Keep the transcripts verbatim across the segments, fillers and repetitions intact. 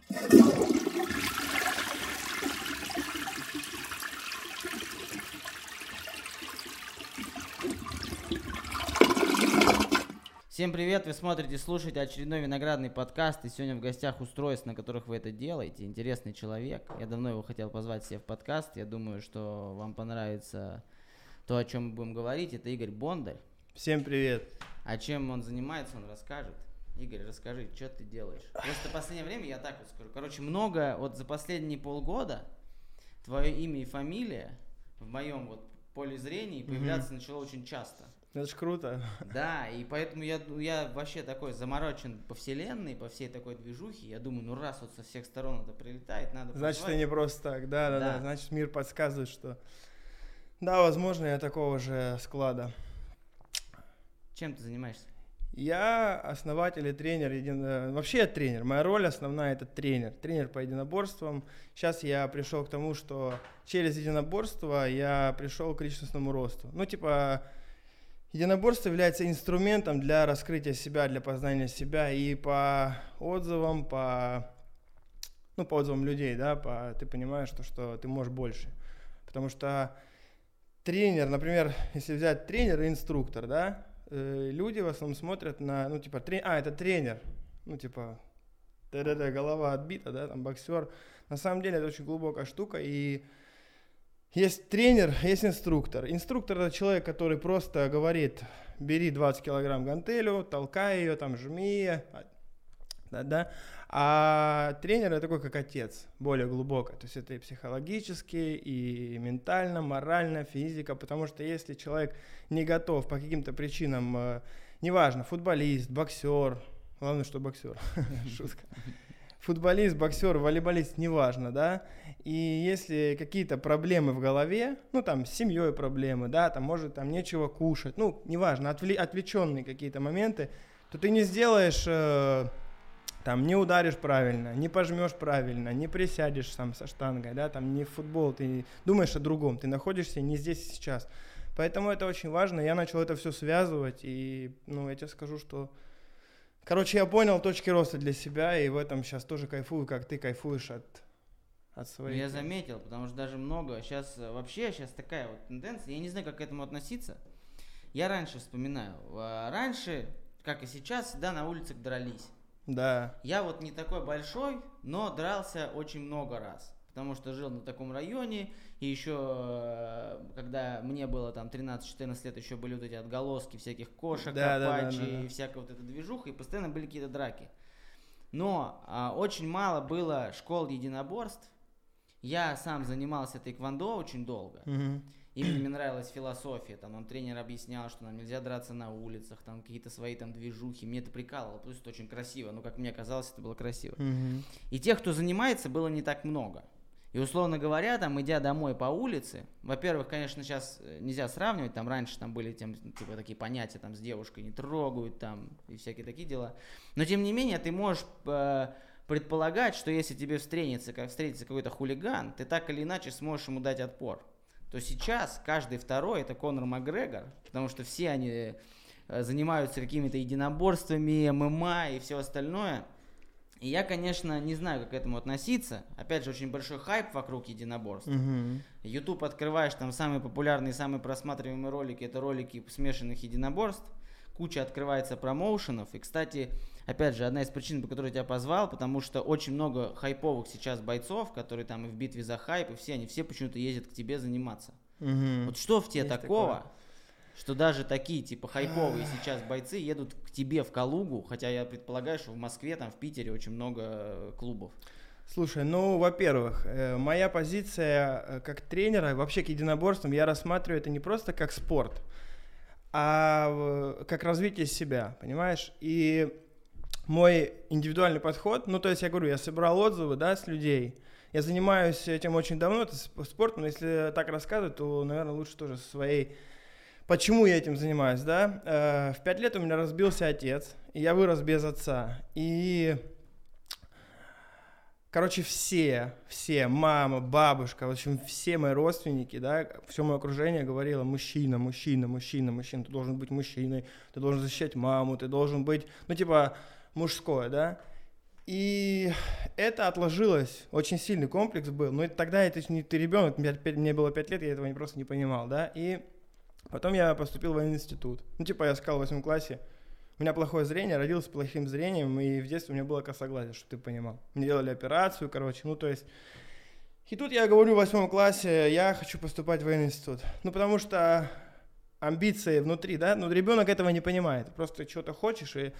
Всем привет, вы смотрите, слушаете очередной виноградный подкаст, и сегодня в гостях устройств, на которых вы это делаете, интересный человек. Я давно его хотел позвать себе в подкаст, я думаю, что вам понравится то, о чем мы будем говорить. Это Игорь Бондарь. Всем привет. А чем он занимается, он расскажет. Игорь, расскажи, что ты делаешь? Просто в последнее время я так вот скажу. Короче, много, вот за последние полгода твое имя и фамилия в моем вот поле зрения появляться mm-hmm. начало очень часто. Это ж круто. Да, и поэтому я, я вообще такой заморочен по вселенной, по всей такой движухе. Я думаю, ну раз вот со всех сторон это прилетает, надо Значит, позвать. это не просто так, да, да, да, да. Значит, мир подсказывает, что да, возможно, я такого же склада. Чем ты занимаешься? Я основатель и тренер, един... вообще я тренер. Моя роль основная — это тренер. Тренер по единоборствам. Сейчас я пришел к тому, что через единоборство я пришел к личностному росту. Ну, типа... Единоборство является инструментом для раскрытия себя, для познания себя, и по отзывам, по, ну, по отзывам людей, да, по, ты понимаешь, что, что ты можешь больше. Потому что тренер, например, если взять тренер и инструктор, да, э, люди в основном смотрят на, ну, типа, трен... а, это тренер, ну, типа, да-да-да, голова отбита, да, там, боксер. На самом деле это очень глубокая штука, и есть тренер, есть инструктор. Инструктор — это человек, который просто говорит: бери двадцать килограмм гантелю, толкай ее, там, жми, да, да. А тренер — это такой, как отец, более глубоко. То есть это и психологически, и ментально, морально, физика. Потому что если человек не готов по каким-то причинам, неважно, футболист, боксер, главное, что боксер, шутка. Футболист, боксер, волейболист, неважно, да, и если какие-то проблемы в голове, ну, там, с семьей проблемы, да, там, может, там, нечего кушать, ну, неважно, отвле- отвлеченные какие-то моменты, то ты не сделаешь, э, там, не ударишь правильно, не пожмешь правильно, не присядешь там со штангой, да, там, не в футбол, ты думаешь о другом, ты находишься не здесь и сейчас. Поэтому это очень важно, я начал это все связывать, и, ну, я тебе скажу, что... Короче, я понял точки роста для себя, и в этом сейчас тоже кайфую, как ты кайфуешь от, от своих. Я заметил, потому что даже много, сейчас вообще сейчас такая вот тенденция, я не знаю, как к этому относиться. Я раньше вспоминаю, раньше, как и сейчас, всегда на улицах дрались. Да. Я вот не такой большой, но дрался очень много раз. Потому что жил на таком районе, и еще, когда мне было там тринадцать-четырнадцать лет, еще были вот эти отголоски всяких кошек, да, апачи, да, да, да, да. и всякая вот эта движуха, и постоянно были какие-то драки. Но а, очень мало было школ единоборств. Я сам занимался тэквондо очень долго. Угу. Именно мне нравилась философия. Там он тренер объяснял, что нам нельзя драться на улицах, там какие-то свои там движухи. Мне это прикалывало, плюс это очень красиво. Но как мне казалось, это было красиво. Угу. И тех, кто занимается, было не так много. И, условно говоря, там, идя домой по улице, во-первых, конечно, сейчас нельзя сравнивать, там раньше там были тем, типа такие понятия, там, с девушкой не трогают, там, и всякие такие дела. Но, тем не менее, ты можешь э, предполагать, что если тебе встретится, как, встретится какой-то хулиган, ты так или иначе сможешь ему дать отпор. То сейчас каждый второй — это Конор Макгрегор, потому что все они э, занимаются какими-то единоборствами, эм эм а и все остальное. И я, конечно, не знаю, как к этому относиться. Опять же, очень большой хайп вокруг единоборств. Uh-huh. YouTube открываешь, там самые популярные, самые просматриваемые ролики — это ролики смешанных единоборств. Куча открывается промоушенов. И, кстати, опять же, одна из причин, по которой я тебя позвал, потому что очень много хайповых сейчас бойцов, которые там и в битве за хайп, и все они все почему-то ездят к тебе заниматься. Uh-huh. Вот что в тебе Есть такого? такое. Что даже такие, типа, хайповые сейчас бойцы едут к тебе в Калугу, хотя я предполагаю, что в Москве, там, в Питере очень много клубов. Слушай, ну, во-первых, э, моя позиция э, как тренера, вообще к единоборствам, я рассматриваю это не просто как спорт, а э, как развитие себя, понимаешь? И мой индивидуальный подход, ну, то есть я говорю, я собрал отзывы, да, с людей, я занимаюсь этим очень давно, это спортом, но если так рассказывать, то, наверное, лучше тоже со своей... Почему я этим занимаюсь, да? Э, в пять лет у меня разбился отец, и я вырос без отца. И, короче, все, все, мама, бабушка, в общем, все мои родственники, да, все мое окружение говорило: мужчина, мужчина, мужчина, мужчина, ты должен быть мужчиной, ты должен защищать маму, ты должен быть, ну, типа, мужское, да? И это отложилось, очень сильный комплекс был, но тогда это не ты ребенок, мне было пять лет, я этого просто не понимал, да, и потом я поступил в военный институт, ну, типа, я сказал в восьмом классе, у меня плохое зрение, родился с плохим зрением, и в детстве у меня было косоглазие, чтобы ты понимал, мне делали операцию, короче, ну, то есть, и тут я говорю в восьмом классе, я хочу поступать в военный институт, ну, потому что амбиции внутри, да, ну, ребенок этого не понимает, просто что-то хочешь, и...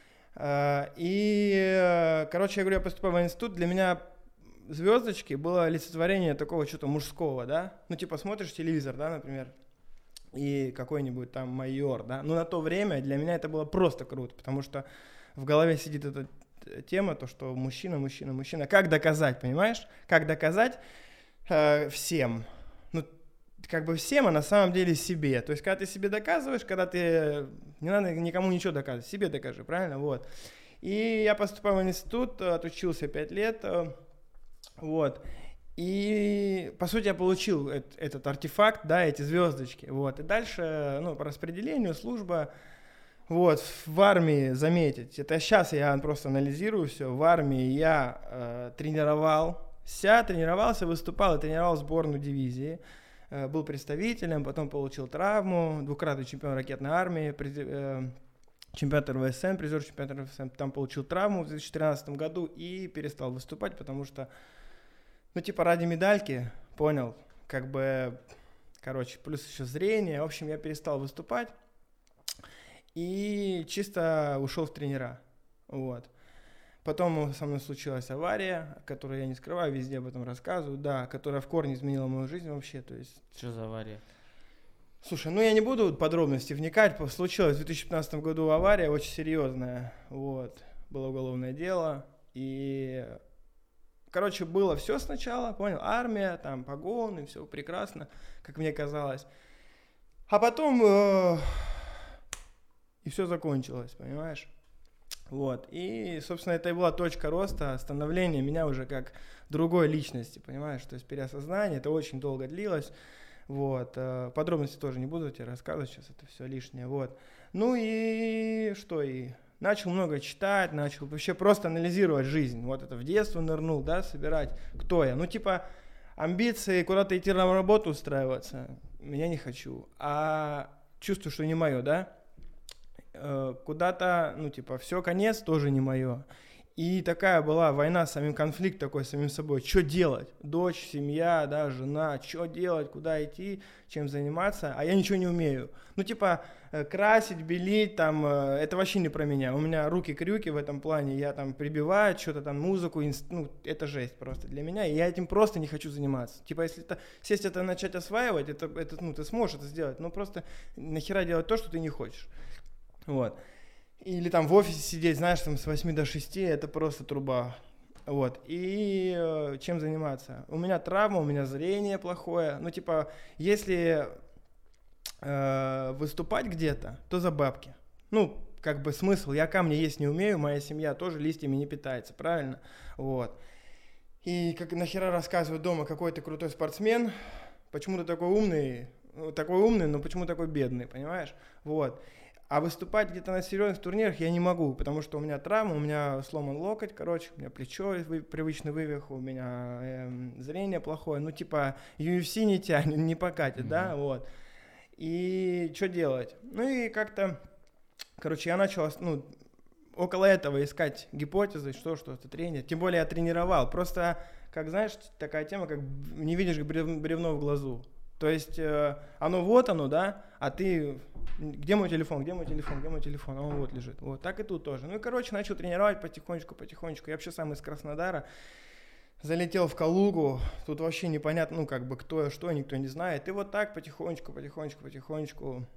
И, короче, я говорю, я поступаю в институт, для меня звездочки было олицетворение такого что-то мужского, да, ну, типа, смотришь телевизор, да, например, и какой-нибудь там майор, да, ну, на то время для меня это было просто круто, потому что в голове сидит эта тема, то, что мужчина, мужчина, мужчина, как доказать, понимаешь, как доказать э, всем, ну, как бы всем, а на самом деле себе. То есть, когда ты себе доказываешь, когда ты... Не надо никому ничего доказывать, себе докажи, правильно? Вот. И я поступил в институт, отучился пять лет, вот. И, по сути, я получил этот, этот артефакт, да, эти звездочки, вот. И дальше, ну, по распределению, служба, вот, в армии, заметить, это сейчас я просто анализирую все, в армии я э, тренировался, тренировался, выступал и тренировал сборную дивизии, был представителем, потом получил травму, двукратный чемпион ракетной армии, э, чемпионат эр вэ эс эн, призер чемпионата эр вэ эс эн, там получил травму в две тысячи тринадцатом году и перестал выступать, потому что, ну, типа, ради медальки, понял, как бы, короче, плюс еще зрение, в общем, я перестал выступать и чисто ушел в тренера, вот. Потом со мной случилась авария, которую я не скрываю, везде об этом рассказываю, да, которая в корне изменила мою жизнь вообще, то есть... Что за авария? Слушай, ну я не буду в подробности вникать, случилась в две тысячи пятнадцатом году авария, очень серьезная, вот, было уголовное дело, и, короче, было все сначала, понял, армия, там, погоны, все прекрасно, как мне казалось, а потом э, и все закончилось, понимаешь? Вот, и, собственно, это и была точка роста, становления меня уже как другой личности, понимаешь, то есть переосознание, это очень долго длилось, вот, подробности тоже не буду тебе рассказывать, сейчас это все лишнее, вот, ну и что, и начал много читать, начал вообще просто анализировать жизнь, вот это в детство нырнул, да, собирать, кто я, ну, типа, амбиции куда-то идти на работу устраиваться, меня не хочу, а чувствую, что не мое, да, куда-то, ну, типа, все, конец, тоже не мое. И такая была война с самим, конфликт такой с самим собой. Что делать? Дочь, семья, да, жена, что делать, куда идти, чем заниматься, а я ничего не умею. Ну, типа, красить, белить, там, это вообще не про меня. У меня руки-крюки в этом плане, я там прибиваю что-то там, музыку, инст... ну, это жесть просто для меня, и я этим просто не хочу заниматься. Типа, если это, сесть это начать осваивать, это, это, ну, ты сможешь это сделать, но просто нахера делать то, что ты не хочешь. Вот. Или там в офисе сидеть, знаешь, там с восьми до шести, это просто труба. Вот. И э, чем заниматься? У меня травма, у меня зрение плохое. Ну, типа, если э, выступать где-то, то за бабки. Ну, как бы смысл, я камни есть не умею, моя семья тоже листьями не питается, правильно? Вот. И как нахера рассказывать дома, какой ты крутой спортсмен, почему ты такой умный, такой умный, но почему такой бедный, понимаешь? Вот. А выступать где-то на серьезных турнирах я не могу, потому что у меня травма, у меня сломан локоть, короче, у меня плечо, вы, привычный вывих, у меня э, зрение плохое, ну типа ю эф си не тянет, не покатит, mm-hmm. да, вот. И что делать? Ну и как-то, короче, я начал, ну, около этого искать гипотезы, что, что это тренер, тем более я тренировал, просто, как знаешь, такая тема, как не видишь бревно в глазу. То есть э, оно вот оно, да, а ты, где мой телефон, где мой телефон, где мой телефон, а он вот лежит. Вот так и тут тоже. Ну и, короче, начал тренировать потихонечку, потихонечку. Я вообще сам из Краснодара, залетел в Калугу, тут вообще непонятно, ну, как бы, кто и что, никто не знает. И вот так потихонечку, потихонечку, потихонечку,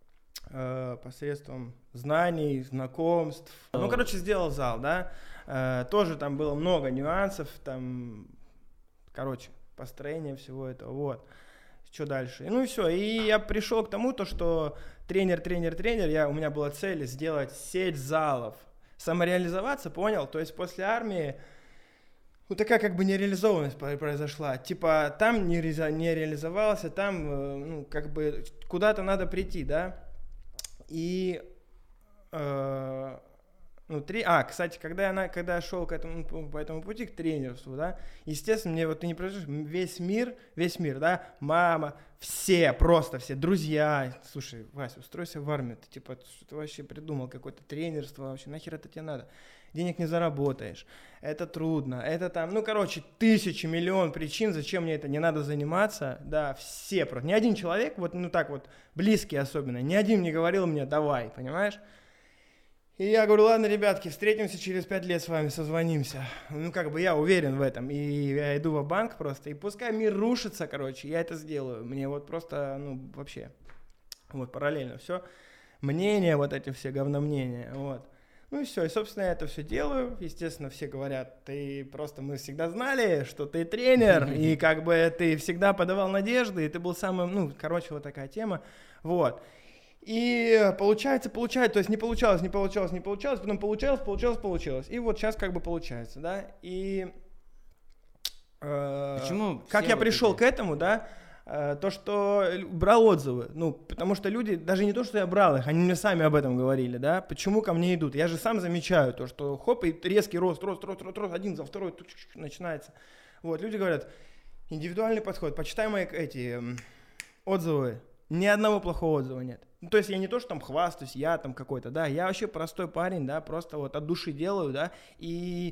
э, посредством знаний, знакомств. Ну, короче, сделал зал, да. Э, тоже там было много нюансов, там, короче, построение всего этого, вот. Что дальше? Ну и все. И я пришел к тому, то, что тренер, тренер, тренер, я, у меня была цель сделать сеть залов. Самореализоваться, понял? То есть после армии, ну такая как бы нереализованность произошла. Типа там не, ре, не реализовался, там, ну как бы куда-то надо прийти, да? И э, Ну, три... А, кстати, когда я, когда я шел к этому, по этому пути, к тренерству, да, естественно, мне вот ты не представляешь, весь мир, весь мир, да, мама, все, просто все, друзья. Слушай, Вася, устройся в армию, ты типа, что ты вообще придумал, какое-то тренерство вообще, нахер это тебе надо? Денег не заработаешь, это трудно, это там, ну, короче, тысячи, миллион причин, зачем мне это не надо заниматься, да, все просто. Ни один человек, вот, ну, так вот, близкий особенно, ни один не говорил мне, давай, понимаешь? И я говорю, ладно, ребятки, встретимся через пять лет с вами, созвонимся. Ну, как бы я уверен в этом. И я иду в банк просто, и пускай мир рушится, короче, я это сделаю. Мне вот просто, ну, вообще, вот параллельно все. Мнения, вот эти все говномнения, вот. Ну и все, и, собственно, я это все делаю. Естественно, все говорят, ты просто, мы всегда знали, что ты тренер, и как бы ты всегда подавал надежды, и ты был самым, ну, короче, вот такая тема, вот. И получается, получается, то есть не получалось, не получалось, не получалось, потом получалось, получалось, получилось. И вот сейчас как бы получается, да. И э, Почему как я вот пришел эти... к этому, да, э, то, что брал отзывы, ну, потому что люди, даже не то, что я брал их, они мне сами об этом говорили, да, почему ко мне идут. Я же сам замечаю то, что хоп, и резкий рост, рост, рост, рост, рост, один за второй начинается. Вот, люди говорят, индивидуальный подход, почитай мои эти э, отзывы. Ни одного плохого отзыва нет. Ну, то есть я не то, что там хвастаюсь, я там какой-то, да, я вообще простой парень, да, просто вот от души делаю, да, и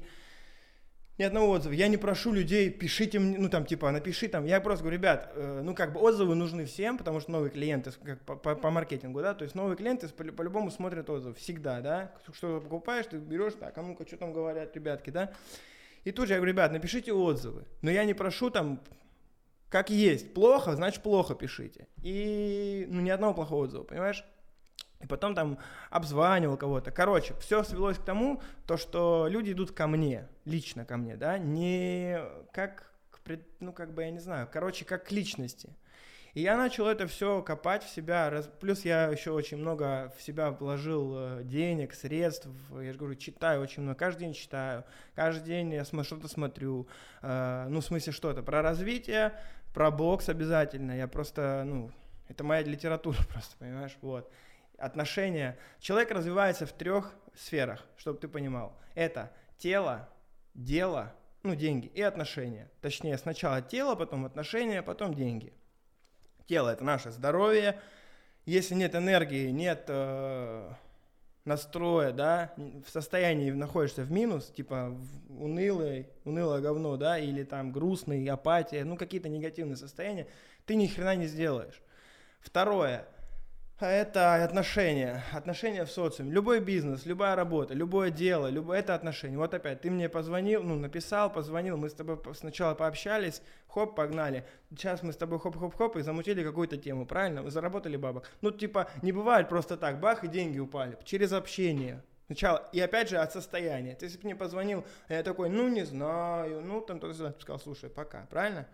ни одного отзыва. Я не прошу людей, пишите мне, ну, там, типа, напиши там, я просто говорю, ребят, э, ну, как бы отзывы нужны всем, потому что новые клиенты, как по, по, по маркетингу, да, то есть новые клиенты по, по-любому смотрят отзывы, всегда, да, что ты покупаешь, ты берешь, так, а ну-ка, что там говорят ребятки, да, и тут же я говорю, ребят, напишите отзывы, но я не прошу там, как есть. Плохо, значит плохо пишите. И ну, ни одного плохого отзыва, понимаешь? И потом там обзванивал кого-то. Короче, все свелось к тому, то, что люди идут ко мне, лично ко мне, да, не как, ну, как бы, я не знаю, короче, как к личности. И я начал это все копать в себя. Плюс я еще очень много в себя вложил денег, средств. Я же говорю, читаю очень много. Каждый день читаю. Каждый день я что-то смотрю. Ну, в смысле, что-то. Про развитие, про бокс обязательно. Я просто, ну, это моя литература просто, понимаешь? Вот. Отношения. Человек развивается в трех сферах, чтобы ты понимал. Это тело, дело, ну, деньги и отношения. Точнее, сначала тело, потом отношения, потом деньги. Тело – это наше здоровье. Если нет энергии, нет э, настроя, да, в состоянии находишься в минус, типа в унылый, унылое говно, да, или там грустный, апатия, ну, какие-то негативные состояния, ты ни хрена не сделаешь. Второе – это отношения, отношения в социуме. Любой бизнес, любая работа, любое дело, любое это отношения. Вот опять, ты мне позвонил, ну, написал, позвонил, мы с тобой сначала пообщались, хоп, погнали. Сейчас мы с тобой хоп-хоп-хоп и замутили какую-то тему, правильно? Вы заработали бабок. Ну, типа, не бывает просто так, бах, и деньги упали. Через общение. Сначала, и опять же от состояния. Ты если бы мне позвонил, я такой, ну, не знаю, ну, там, кто-то сказал, слушай, пока, правильно?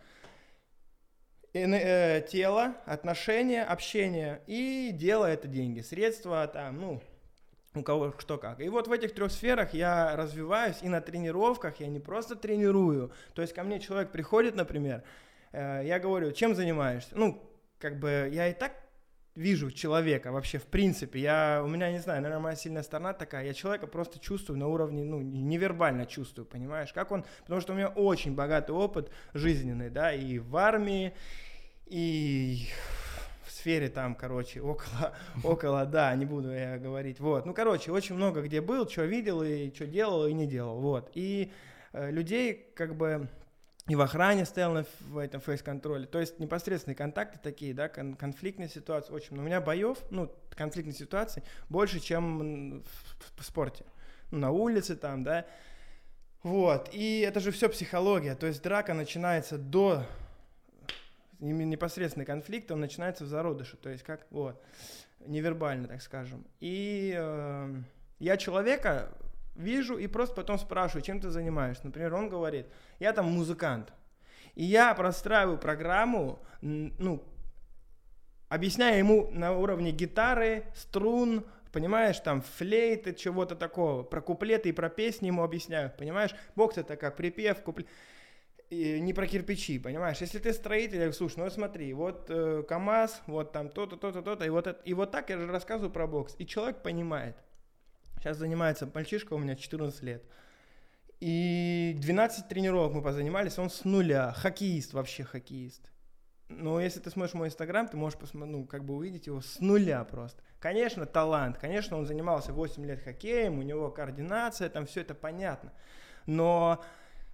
Э, тело, отношения, общение и дело это деньги, средства там, ну, у кого что как. И вот в этих трех сферах я развиваюсь, и на тренировках я не просто тренирую, то есть ко мне человек приходит, например, э, я говорю, чем занимаешься? Ну, как бы я и так вижу человека вообще в принципе, я, у меня, не знаю, наверное, моя сильная сторона такая, я человека просто чувствую на уровне, ну, невербально чувствую, понимаешь, как он, потому что у меня очень богатый опыт жизненный, да, и в армии, и в сфере там, короче, около, около, да, не буду я говорить, вот, ну, короче, очень много где был, что видел и что делал и не делал, вот, и э, людей, как бы, и в охране стоял на, в этом фейс-контроле. То есть непосредственные контакты такие, да, кон- конфликтные ситуации очень много. У меня боев, ну, конфликтных ситуаций больше, чем в, в, в спорте. Ну, на улице там, да. Вот. И это же все психология. То есть драка начинается до непосредственный конфликт, он начинается в зародыше. То есть как, вот, невербально, так скажем. И э, я человека вижу и просто потом спрашиваю, чем ты занимаешься. Например, он говорит, я там музыкант. И я простраиваю программу, ну, объясняя ему на уровне гитары, струн, понимаешь, там флейты, чего-то такого. Про куплеты и про песни ему объясняю, понимаешь. Бокс это как припев, куплет. И не про кирпичи, понимаешь. Если ты строитель, я говорю, слушай, ну вот смотри, вот э, КамАЗ, вот там то-то, то-то, то-то. И вот, это, и вот так я же рассказываю про бокс. И человек понимает. Сейчас занимается мальчишка, у меня четырнадцать лет. И двенадцать тренировок мы позанимались, он с нуля. Хоккеист, вообще хоккеист. Но если ты смотришь мой инстаграм, ты можешь посмотреть, ну, как бы увидеть его с нуля просто. Конечно, талант. Конечно, он занимался восемь лет хоккеем, у него координация, там все это понятно. Но,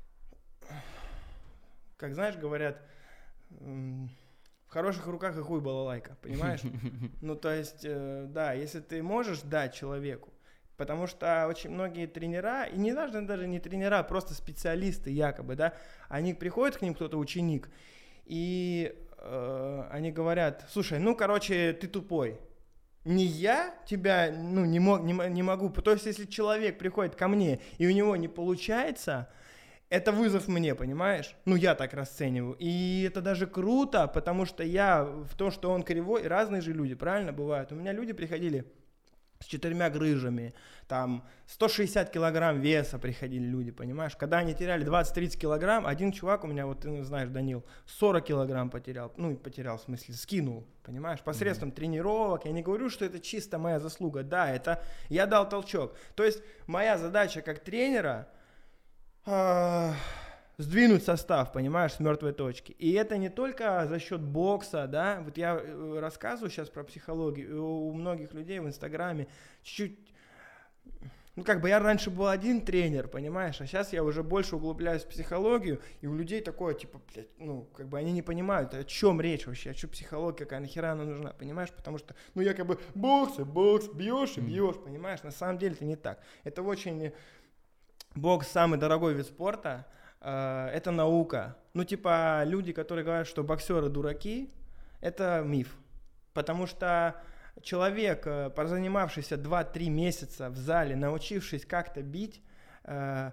как знаешь, говорят, в хороших руках и хуй балалайка, понимаешь? Ну, то есть, э, да, если ты можешь дать человеку, потому что очень многие тренера, и не важно даже не тренера, просто специалисты якобы, да, они приходят к ним, кто-то ученик, и э, они говорят, слушай, ну, короче, ты тупой. Не я тебя, ну, не, мог, не, не могу, то есть, если человек приходит ко мне, и у него не получается, это вызов мне, понимаешь? Ну, я так расцениваю. И это даже круто, потому что я в том, что он кривой, разные же люди, правильно, бывают. У меня люди приходили с четырьмя грыжами, там сто шестьдесят килограмм веса приходили люди, понимаешь? Когда они теряли двадцать-тридцать килограмм, один чувак у меня, вот ты знаешь, Данил, сорок килограмм потерял, ну, потерял в смысле, скинул, понимаешь? Посредством mm-hmm. тренировок, я не говорю, что это чисто моя заслуга, да, это я дал толчок. То есть моя задача как тренера э, сдвинуть состав, понимаешь, с мертвой точки. И это не только за счет бокса, да, вот я рассказываю сейчас про психологию, у многих людей в Инстаграме чуть-чуть, ну как бы я раньше был один тренер, понимаешь, а сейчас я уже больше углубляюсь в психологию, и у людей такое, типа, блядь, ну как бы они не понимают, о чем речь вообще, о чем психология, какая нахера она нужна, понимаешь, потому что, ну якобы бокс и бокс, бьешь и бьешь, понимаешь, на самом деле это не так. Это очень, бокс самый дорогой вид спорта, это наука. Ну, типа, люди, которые говорят, что боксеры дураки, это миф. Потому что человек, прозанимавшийся два-три месяца в зале, научившись как-то бить, э,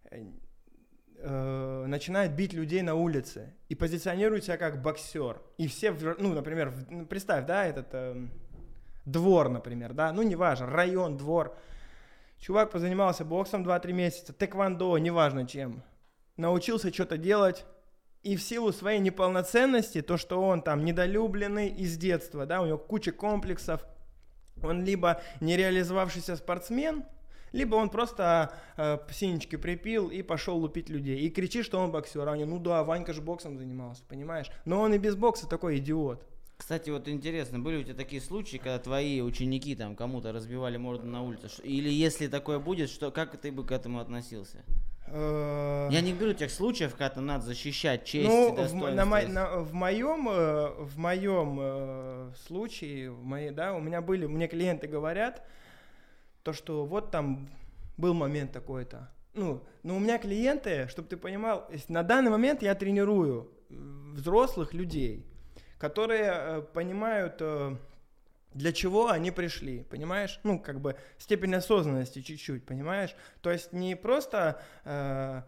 э, начинает бить людей на улице и позиционирует себя как боксер. И все, ну, например, представь, да, этот э, двор, например, да, ну, неважно, район, двор. Чувак позанимался боксом два-три месяца, тэквондо, неважно чем. Научился что-то делать, и в силу своей неполноценности, то, что он там недолюбленный из детства, да, у него куча комплексов, он либо нереализовавшийся спортсмен, либо он просто э, синички припил и пошел лупить людей, и кричит, что он боксер, а они, ну да, Ванька же боксом занимался, понимаешь, но он и без бокса такой идиот. Кстати, вот интересно, были у тебя такие случаи, когда твои ученики там кому-то разбивали морду на улице, или если такое будет, что, как ты бы к этому относился? Я не беру тех случаев, когда там надо защищать честь ну, и достоинство. В, на, на, в моем, в моем э, случае, в моей, да, у меня были, мне клиенты говорят, то, что вот там был момент такой-то. Ну, но у меня клиенты, чтобы ты понимал, на данный момент я тренирую взрослых людей, которые э, понимают... Э, для чего они пришли, понимаешь? Ну, как бы степень осознанности чуть-чуть, понимаешь? То есть не просто... Э,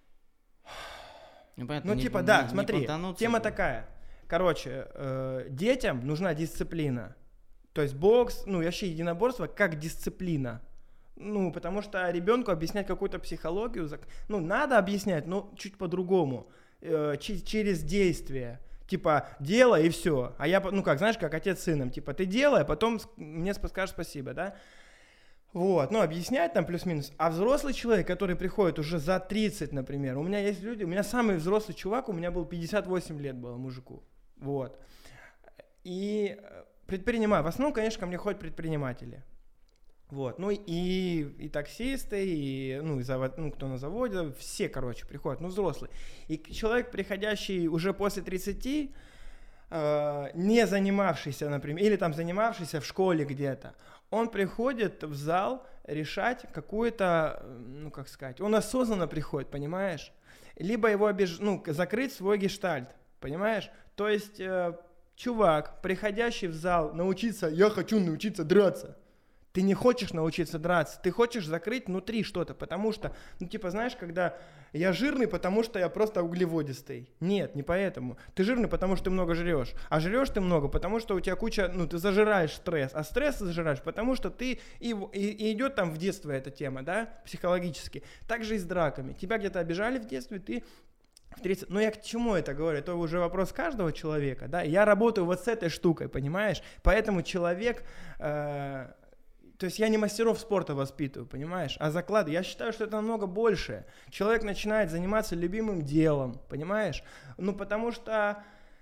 ну, понятно, ну не, типа, не, да, не смотри, тема такая. Короче, э, детям нужна дисциплина. То есть бокс, ну, вообще единоборство как дисциплина. Ну, потому что ребенку объяснять какую-то психологию, ну, надо объяснять, но чуть по-другому, э, ч- через действие. Типа, делай и все. А я, ну как, знаешь, как отец с сыном. Типа, ты делай, а потом мне скажешь спасибо, да? Вот, ну, объяснять там плюс-минус. А взрослый человек, который приходит уже за тридцать, например. У меня есть люди, у меня самый взрослый чувак, у меня был пятьдесят восемь лет было мужику. Вот. И предпринимаю. В основном, конечно, ко мне ходят предприниматели. Вот, ну и, и таксисты, и, ну, и завод, ну, кто на заводе, все, короче, приходят, ну, взрослые. И человек, приходящий уже после тридцати, э, не занимавшийся, например, или там занимавшийся в школе где-то, он приходит в зал решать какую-то, ну, как сказать, он осознанно приходит, понимаешь? Либо его обеж... ну, закрыть свой гештальт, понимаешь? То есть, э, чувак, приходящий в зал, научиться, я хочу научиться драться. Ты не хочешь научиться драться, ты хочешь закрыть внутри что-то, потому что, ну типа, знаешь, когда я жирный, потому что я просто углеводистый. Нет, не поэтому. Ты жирный, потому что ты много жрешь. А жрешь ты много, потому что у тебя куча, ну ты зажираешь стресс. А стресс ты зажираешь, потому что ты, и, и, и идет там в детство эта тема, да, психологически. Так же и с драками. Тебя где-то обижали в детстве, ты... В тридцать... Ну я к чему это говорю? Это уже вопрос каждого человека, да. Я работаю вот с этой штукой, понимаешь? Поэтому человек... Э- То есть я не мастеров спорта воспитываю, понимаешь? А заклады, я считаю, что это намного больше. Человек начинает заниматься любимым делом, понимаешь? Ну, потому что,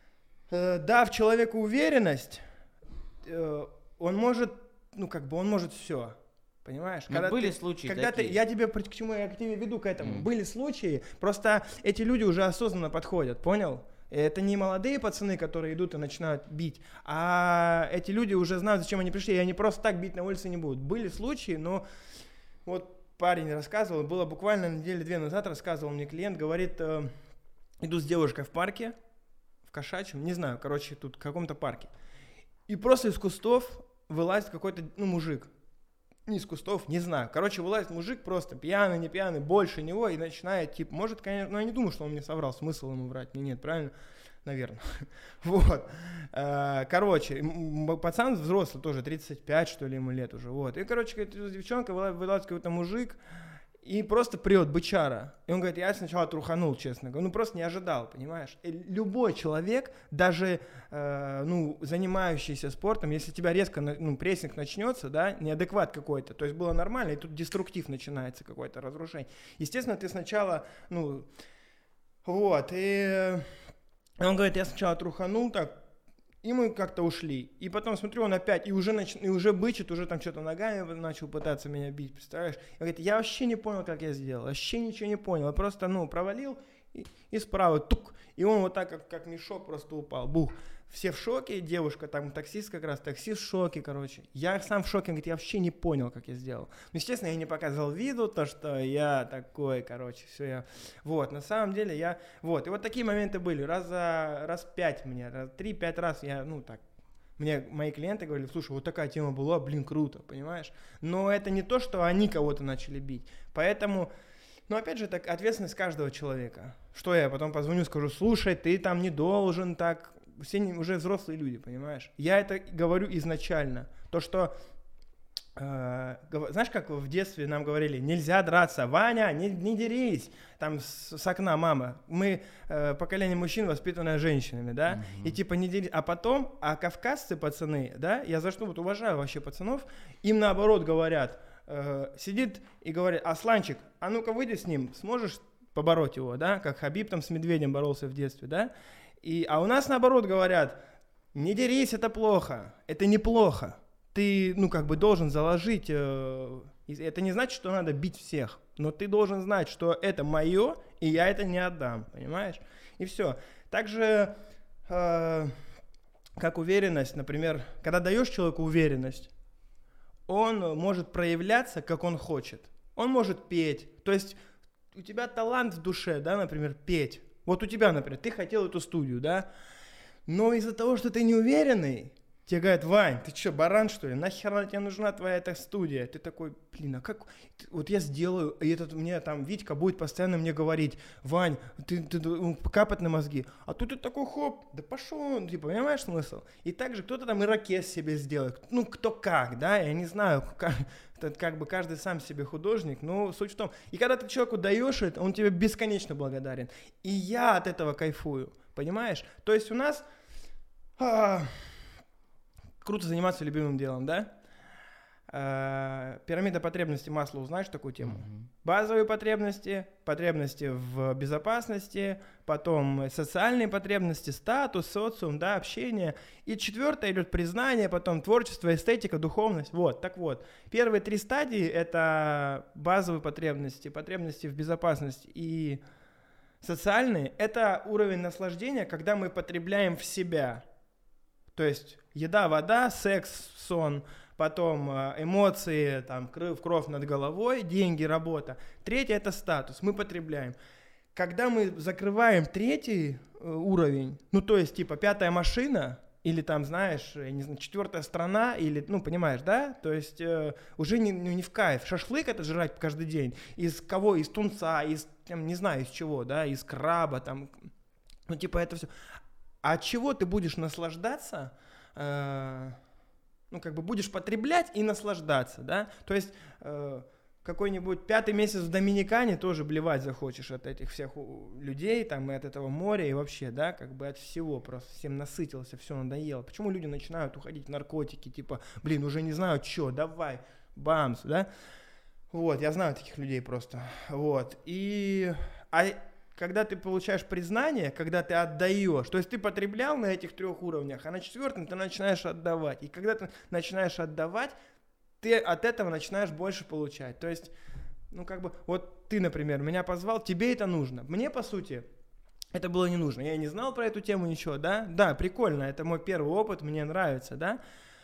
э, дав человеку уверенность, э, он может, ну, как бы он может все. Понимаешь? Ну, когда были ты, случаи когда такие. ты, я тебе, к чему я к тебе веду к этому. Mm. Были случаи, просто эти люди уже осознанно подходят, понял? Это не молодые пацаны, которые идут и начинают бить, а эти люди уже знают, зачем они пришли, и они просто так бить на улице не будут. Были случаи, но вот парень рассказывал, было буквально недели две назад, рассказывал мне клиент, говорит, э, иду с девушкой в парке, в Кошачьем, не знаю, короче, тут в каком-то парке, и просто из кустов вылазит какой-то, ну, мужик. Не из кустов, не знаю. Короче, вылазит мужик просто пьяный, не пьяный, больше него, и начинает, типа, может, конечно, ну, я не думаю, что он мне соврал, смысл ему врать, мне нет, правильно? Наверное. Вот. Короче, пацан взрослый тоже, тридцать пять, что ли, ему лет уже, вот. И, короче, девчонка, вылазит какой-то мужик, и просто прет бычара. И он говорит, я сначала труханул, честно говоря. Ну, просто не ожидал, понимаешь? И любой человек, даже, э, ну, занимающийся спортом, если у тебя резко, ну, прессинг начнется, да, неадекват какой-то, то есть было нормально, и тут деструктив начинается, какое-то разрушение. Естественно, ты сначала, ну, вот, и, и он говорит, я сначала труханул так, и мы как-то ушли. И потом смотрю, он опять, и уже, нач... и уже бычит, уже там что-то ногами начал пытаться меня бить, представляешь? Он говорит, я вообще не понял, как я сделал, вообще ничего не понял. Я просто, ну, провалил, и, и справа тук. И он вот так, как, как мешок, просто упал. Бух. Все в шоке, девушка, там таксист как раз, таксист в шоке, короче. Я сам в шоке, он говорит, я вообще не понял, как я сделал. Ну, естественно, я не показывал виду, то, что я такой, короче, все я... Вот, на самом деле я... Вот, и вот такие моменты были. Раз за... Раз пять мне, раз, три-пять раз я, ну, так... Мне мои клиенты говорили, слушай, вот такая тема была, блин, круто, понимаешь? Но это не то, что они кого-то начали бить. Поэтому... Но опять же, так ответственность каждого человека. Что я потом позвоню, скажу, слушай, ты там не должен так... Все уже взрослые люди, понимаешь? Я это говорю изначально. То, что, э, знаешь, как в детстве нам говорили, нельзя драться, Ваня, не, не дерись, там с, с окна мама. Мы э, поколение мужчин, воспитанное женщинами, да, mm-hmm. и типа не дерись. А потом, а кавказцы пацаны, да, я за что вот уважаю вообще пацанов, им наоборот говорят, э, сидит и говорит, Асланчик, а ну-ка выйди с ним, сможешь побороть его, да, как Хабиб там с медведем боролся в детстве, да. И, а у нас, наоборот, говорят, не дерись, это плохо, это неплохо. Ты, ну, как бы должен заложить, э, это не значит, что надо бить всех, но ты должен знать, что это мое, и я это не отдам, понимаешь? И все. Также, э, как уверенность, например, когда даешь человеку уверенность, он может проявляться, как он хочет. Он может петь, то есть у тебя талант в душе, да, например, петь. Вот у тебя, например, ты хотел эту студию, да, но из-за того, что ты неуверенный, тебе говорят, Вань, ты что, баран, что ли? Нахера тебе нужна твоя эта студия? Ты такой, блин, а как? Вот я сделаю, и этот мне там Витька будет постоянно мне говорить, Вань, ты, ты, ты капать на мозги. А тут ты такой, хоп, да пошел он, типа, понимаешь смысл? И также кто-то там ирокез себе сделает, ну, кто как, да, я не знаю, как... Это как бы каждый сам себе художник, но суть в том, и когда ты человеку даешь это, он тебе бесконечно благодарен. И я от этого кайфую, понимаешь? То есть у нас а, круто заниматься любимым делом, да? А, пирамида потребностей Маслоу, знаешь такую тему? Mm-hmm. Базовые потребности, потребности в безопасности, потом социальные потребности, статус, социум, да, общение. И четвертое идет признание, потом творчество, эстетика, духовность. Вот, так вот. Первые три стадии — это базовые потребности, потребности в безопасности и социальные. Это уровень наслаждения, когда мы потребляем в себя. То есть еда, вода, секс, сон, потом эмоции, там, кровь, кровь над головой, деньги, работа. Третье — это статус, мы потребляем. Когда мы закрываем третий э, уровень, ну, то есть, типа, пятая машина, или там, знаешь, я не знаю, четвертая страна, или, ну, понимаешь, да? То есть, э, уже не, ну, не в кайф. Шашлык это жрать каждый день. Из кого? Из тунца, из, там, не знаю, из чего, да? Из краба, там, ну, типа, это все. А от чего ты будешь наслаждаться? Э, ну, как бы будешь потреблять и наслаждаться, да? То есть... Э, какой-нибудь пятый месяц в Доминикане тоже блевать захочешь от этих всех людей, там, и от этого моря, и вообще, да, как бы от всего просто, всем насытился, все надоело. Почему люди начинают уходить в наркотики, типа, блин, уже не знаю, что, давай, бамс, да. Вот, я знаю таких людей просто. Вот, и... А когда ты получаешь признание, когда ты отдаешь, то есть ты потреблял на этих трех уровнях, а на четвертом ты начинаешь отдавать. И когда ты начинаешь отдавать, ты от этого начинаешь больше получать. То есть, ну как бы, вот ты, например, меня позвал, тебе это нужно. Мне, по сути, это было не нужно. Я не знал про эту тему ничего, да? Да, прикольно, это мой первый опыт, мне нравится, да?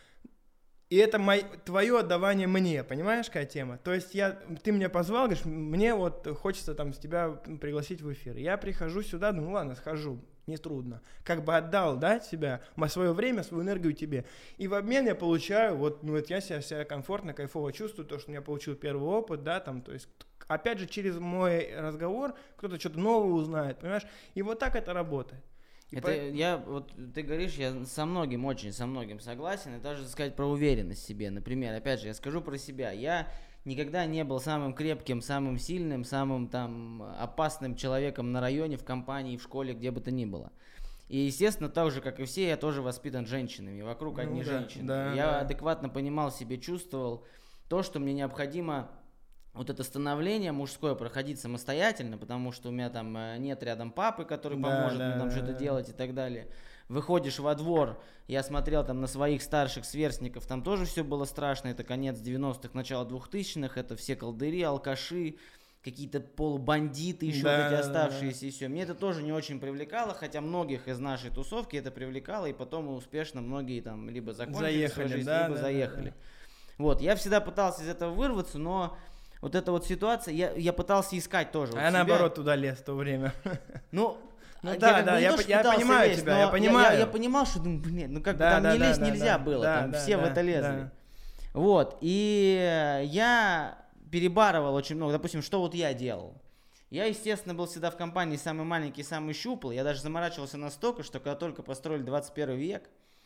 И это мой, твое отдавание мне, понимаешь, какая тема? То есть я, ты меня позвал, говоришь, мне вот хочется там с тебя пригласить в эфир. Я прихожу сюда, ну ладно, схожу, не трудно. Как бы отдал, да, себя, свое время, свою энергию тебе. И в обмен я получаю, вот, ну вот я себя, себя комфортно, кайфово чувствую, то, что я получил первый опыт, да, там, то есть, опять же, через мой разговор кто-то что-то новое узнает, понимаешь? И вот так это работает. Это по... я, вот ты говоришь, я со многим, очень со многим согласен, и даже сказать про уверенность в себе, например, опять же, я скажу про себя, я никогда не был самым крепким, самым сильным, самым там опасным человеком на районе, в компании, в школе, где бы то ни было. И, естественно, так же, как и все, я тоже воспитан женщинами, вокруг одни ну, да, женщины. Да, я да. адекватно понимал себе, чувствовал то, что мне необходимо вот это становление мужское проходить самостоятельно, потому что у меня там нет рядом папы, который да, поможет да, мне там да, что-то да. делать и так далее. Выходишь во двор, я смотрел там на своих старших сверстников, там тоже все было страшно, это конец девяностых, начало двухтысячных, это все колдыри, алкаши, какие-то полубандиты, еще да, вот эти оставшиеся да. и все. Мне это тоже не очень привлекало, хотя многих из нашей тусовки это привлекало, и потом успешно многие там либо закончили заехали, свою жизнь, да, либо да, заехали. Да, да. Вот, я всегда пытался из этого вырваться, но вот эта вот ситуация, я, я пытался искать тоже. А вот я себя. наоборот туда лез в то время. Ну, ну да, я, да, я, я понимаю лезть, тебя, я понимаю. Я, я понимал, что, ну, блин, ну как да, бы там да, не да, лезть да, нельзя да, было, да, там да, все да, в это лезли. Да. Вот, и я перебарывал очень много, допустим, что вот я делал. Я, естественно, был всегда в компании самый маленький, самый щуплый, я даже заморачивался настолько, что когда только построили двадцать первый век,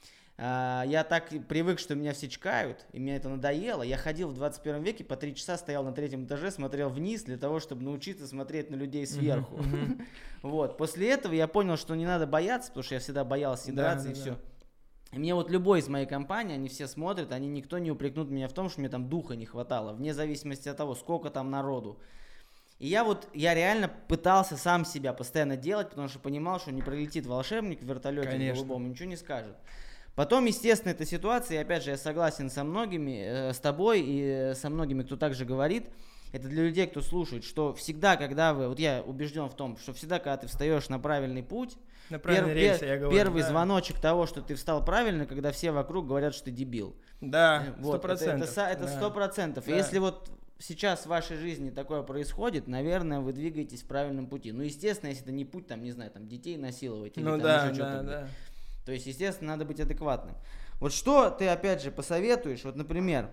я так привык, что меня все чкают, и мне это надоело. Я ходил в двадцать первом веке, по три часа стоял на третьем этаже, смотрел вниз для того, чтобы научиться смотреть на людей сверху. Uh-huh, uh-huh. Вот. После этого я понял, что не надо бояться, потому что я всегда боялся и драться, да, и да, все. Да. И мне вот любой из моей компании, они все смотрят, они никто не упрекнут меня в том, что мне там духа не хватало, вне зависимости от того, сколько там народу. И я вот, я реально пытался сам себя постоянно делать, потому что понимал, что не пролетит волшебник в вертолете голубом, ничего не скажет. Потом, естественно, эта ситуация, и опять же, я согласен со многими, э, с тобой и со многими, кто также говорит, это для людей, кто слушает, что всегда, когда вы, вот я убежден в том, что всегда, когда ты встаешь на правильный путь, на правильный пер, рельс, пер, я говорю, первый да. звоночек того, что ты встал правильно, когда все вокруг говорят, что ты дебил. Да, сто вот, процентов. Это сто процентов. Да. И если вот сейчас в вашей жизни такое происходит, наверное, вы двигаетесь в правильном пути. Ну, естественно, если это не путь, там, не знаю, там, детей насиловать или ну, там да, еще да, что-то. Да. То есть, естественно, надо быть адекватным. Вот что ты, опять же, посоветуешь? Вот, например,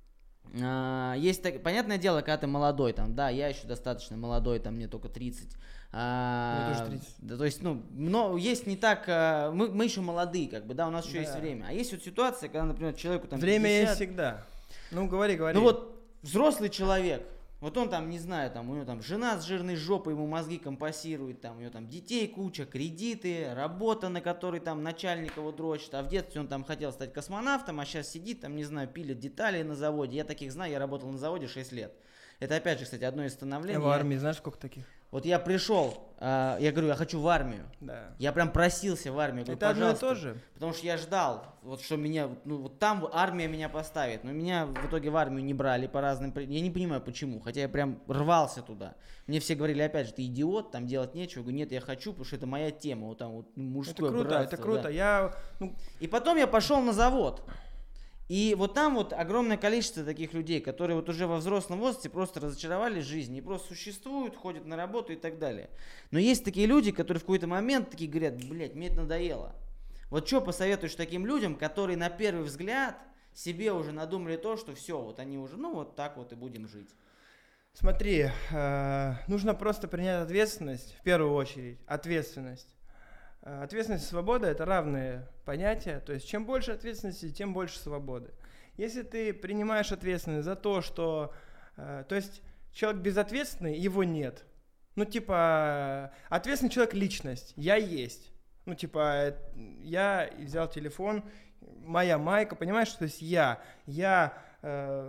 э, есть, так, понятное дело, когда ты молодой, там, да, я еще достаточно молодой, там, мне только тридцать. А, мне тоже тридцать. Да, то есть, ну, но есть не так, а, мы, мы еще молодые, как бы, да, у нас еще да. есть время. А есть вот ситуация, когда, например, человеку там время пятьдесят. Есть всегда. Ну, говори, говори. Ну, вот взрослый человек, вот он там, не знаю, там, у него там жена с жирной жопой ему мозги компассирует, там, у него там детей куча, кредиты, работа, на которой там начальник его дрочит, а в детстве он там хотел стать космонавтом, а сейчас сидит, там, не знаю, пилит детали на заводе. Я таких знаю, я работал на заводе шесть лет. Это, опять же, кстати, одно из становлений. В армии знаешь, сколько таких? Вот я пришел, э, я говорю, я хочу в армию. Да. Я прям просился в армию. Говорю, это пожалуйста. одно и то же. Потому что я ждал, вот что меня, ну вот там армия меня поставит. Но меня в итоге в армию не брали по разным причинам. Я не понимаю почему, хотя я прям рвался туда. Мне все говорили, опять же, ты идиот, там делать нечего. Я говорю, нет, я хочу, потому что это моя тема. Вот там вот мужское это круто, братство. Это круто, да. я... Ну... И потом я пошел на завод. И вот там вот огромное количество таких людей, которые вот уже во взрослом возрасте просто разочаровались в жизни и просто существуют, ходят на работу и так далее. Но есть такие люди, которые в какой-то момент такие говорят, блядь, мне это надоело. Вот что посоветуешь таким людям, которые на первый взгляд себе уже надумали то, что все, вот они уже, ну вот так вот и будем жить. Смотри, э, нужно просто принять ответственность, в первую очередь, ответственность. Ответственность и свобода – это равные понятия, то есть чем больше ответственности, тем больше свободы. Если ты принимаешь ответственность за то, что… Э, то есть человек безответственный, его нет. Ну типа ответственный человек – личность, я есть. Ну типа я взял телефон, моя майка, понимаешь, то есть я, я… Э,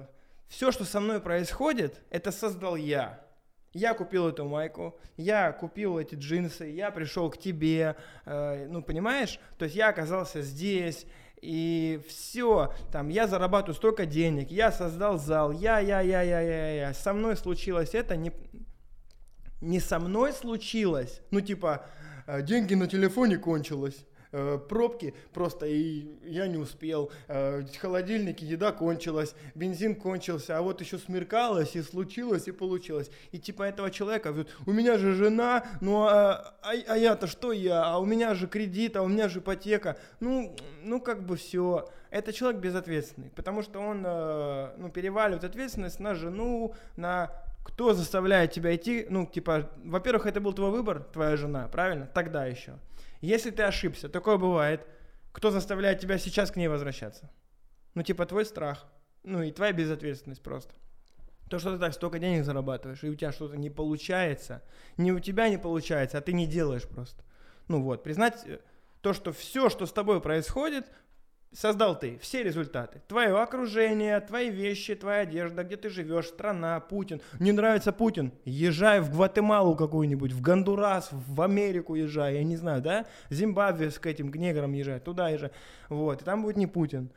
все, что со мной происходит, это создал я. Я купил эту майку, я купил эти джинсы, я пришел к тебе, э, ну, понимаешь? То есть я оказался здесь, и все, там, я зарабатываю столько денег, я создал зал, я, я, я, я, я, я, со мной случилось это, не, не со мной случилось, ну, типа, э, деньги на телефоне кончилось. Пробки просто, и я не успел, холодильники, еда кончилась, бензин кончился, а вот еще смеркалось, и случилось, и получилось. И типа этого человека, говорит, у меня же жена, ну а, а, а я-то что я, а у меня же кредит, а у меня же ипотека. Ну, ну как бы все. Это человек безответственный, потому что он ну, переваливает ответственность на жену, на... Кто заставляет тебя идти, ну типа, во-первых, это был твой выбор, твоя жена, правильно? Тогда еще. Если ты ошибся, такое бывает, кто заставляет тебя сейчас к ней возвращаться? Ну, типа, твой страх, ну, и твоя безответственность просто. То, что ты так столько денег зарабатываешь, и у тебя что-то не получается, не у тебя не получается, а ты не делаешь просто. Ну, вот, признать то, что все, что с тобой происходит, создал ты, все результаты. Твое окружение, твои вещи, твоя одежда, где ты живешь, страна, Путин. Не нравится Путин? Езжай в Гватемалу какую-нибудь, в Гондурас, в Америку езжай, я не знаю, да? Зимбабве с этим, к неграм езжай, туда езжай. Вот, и там будет не Путин.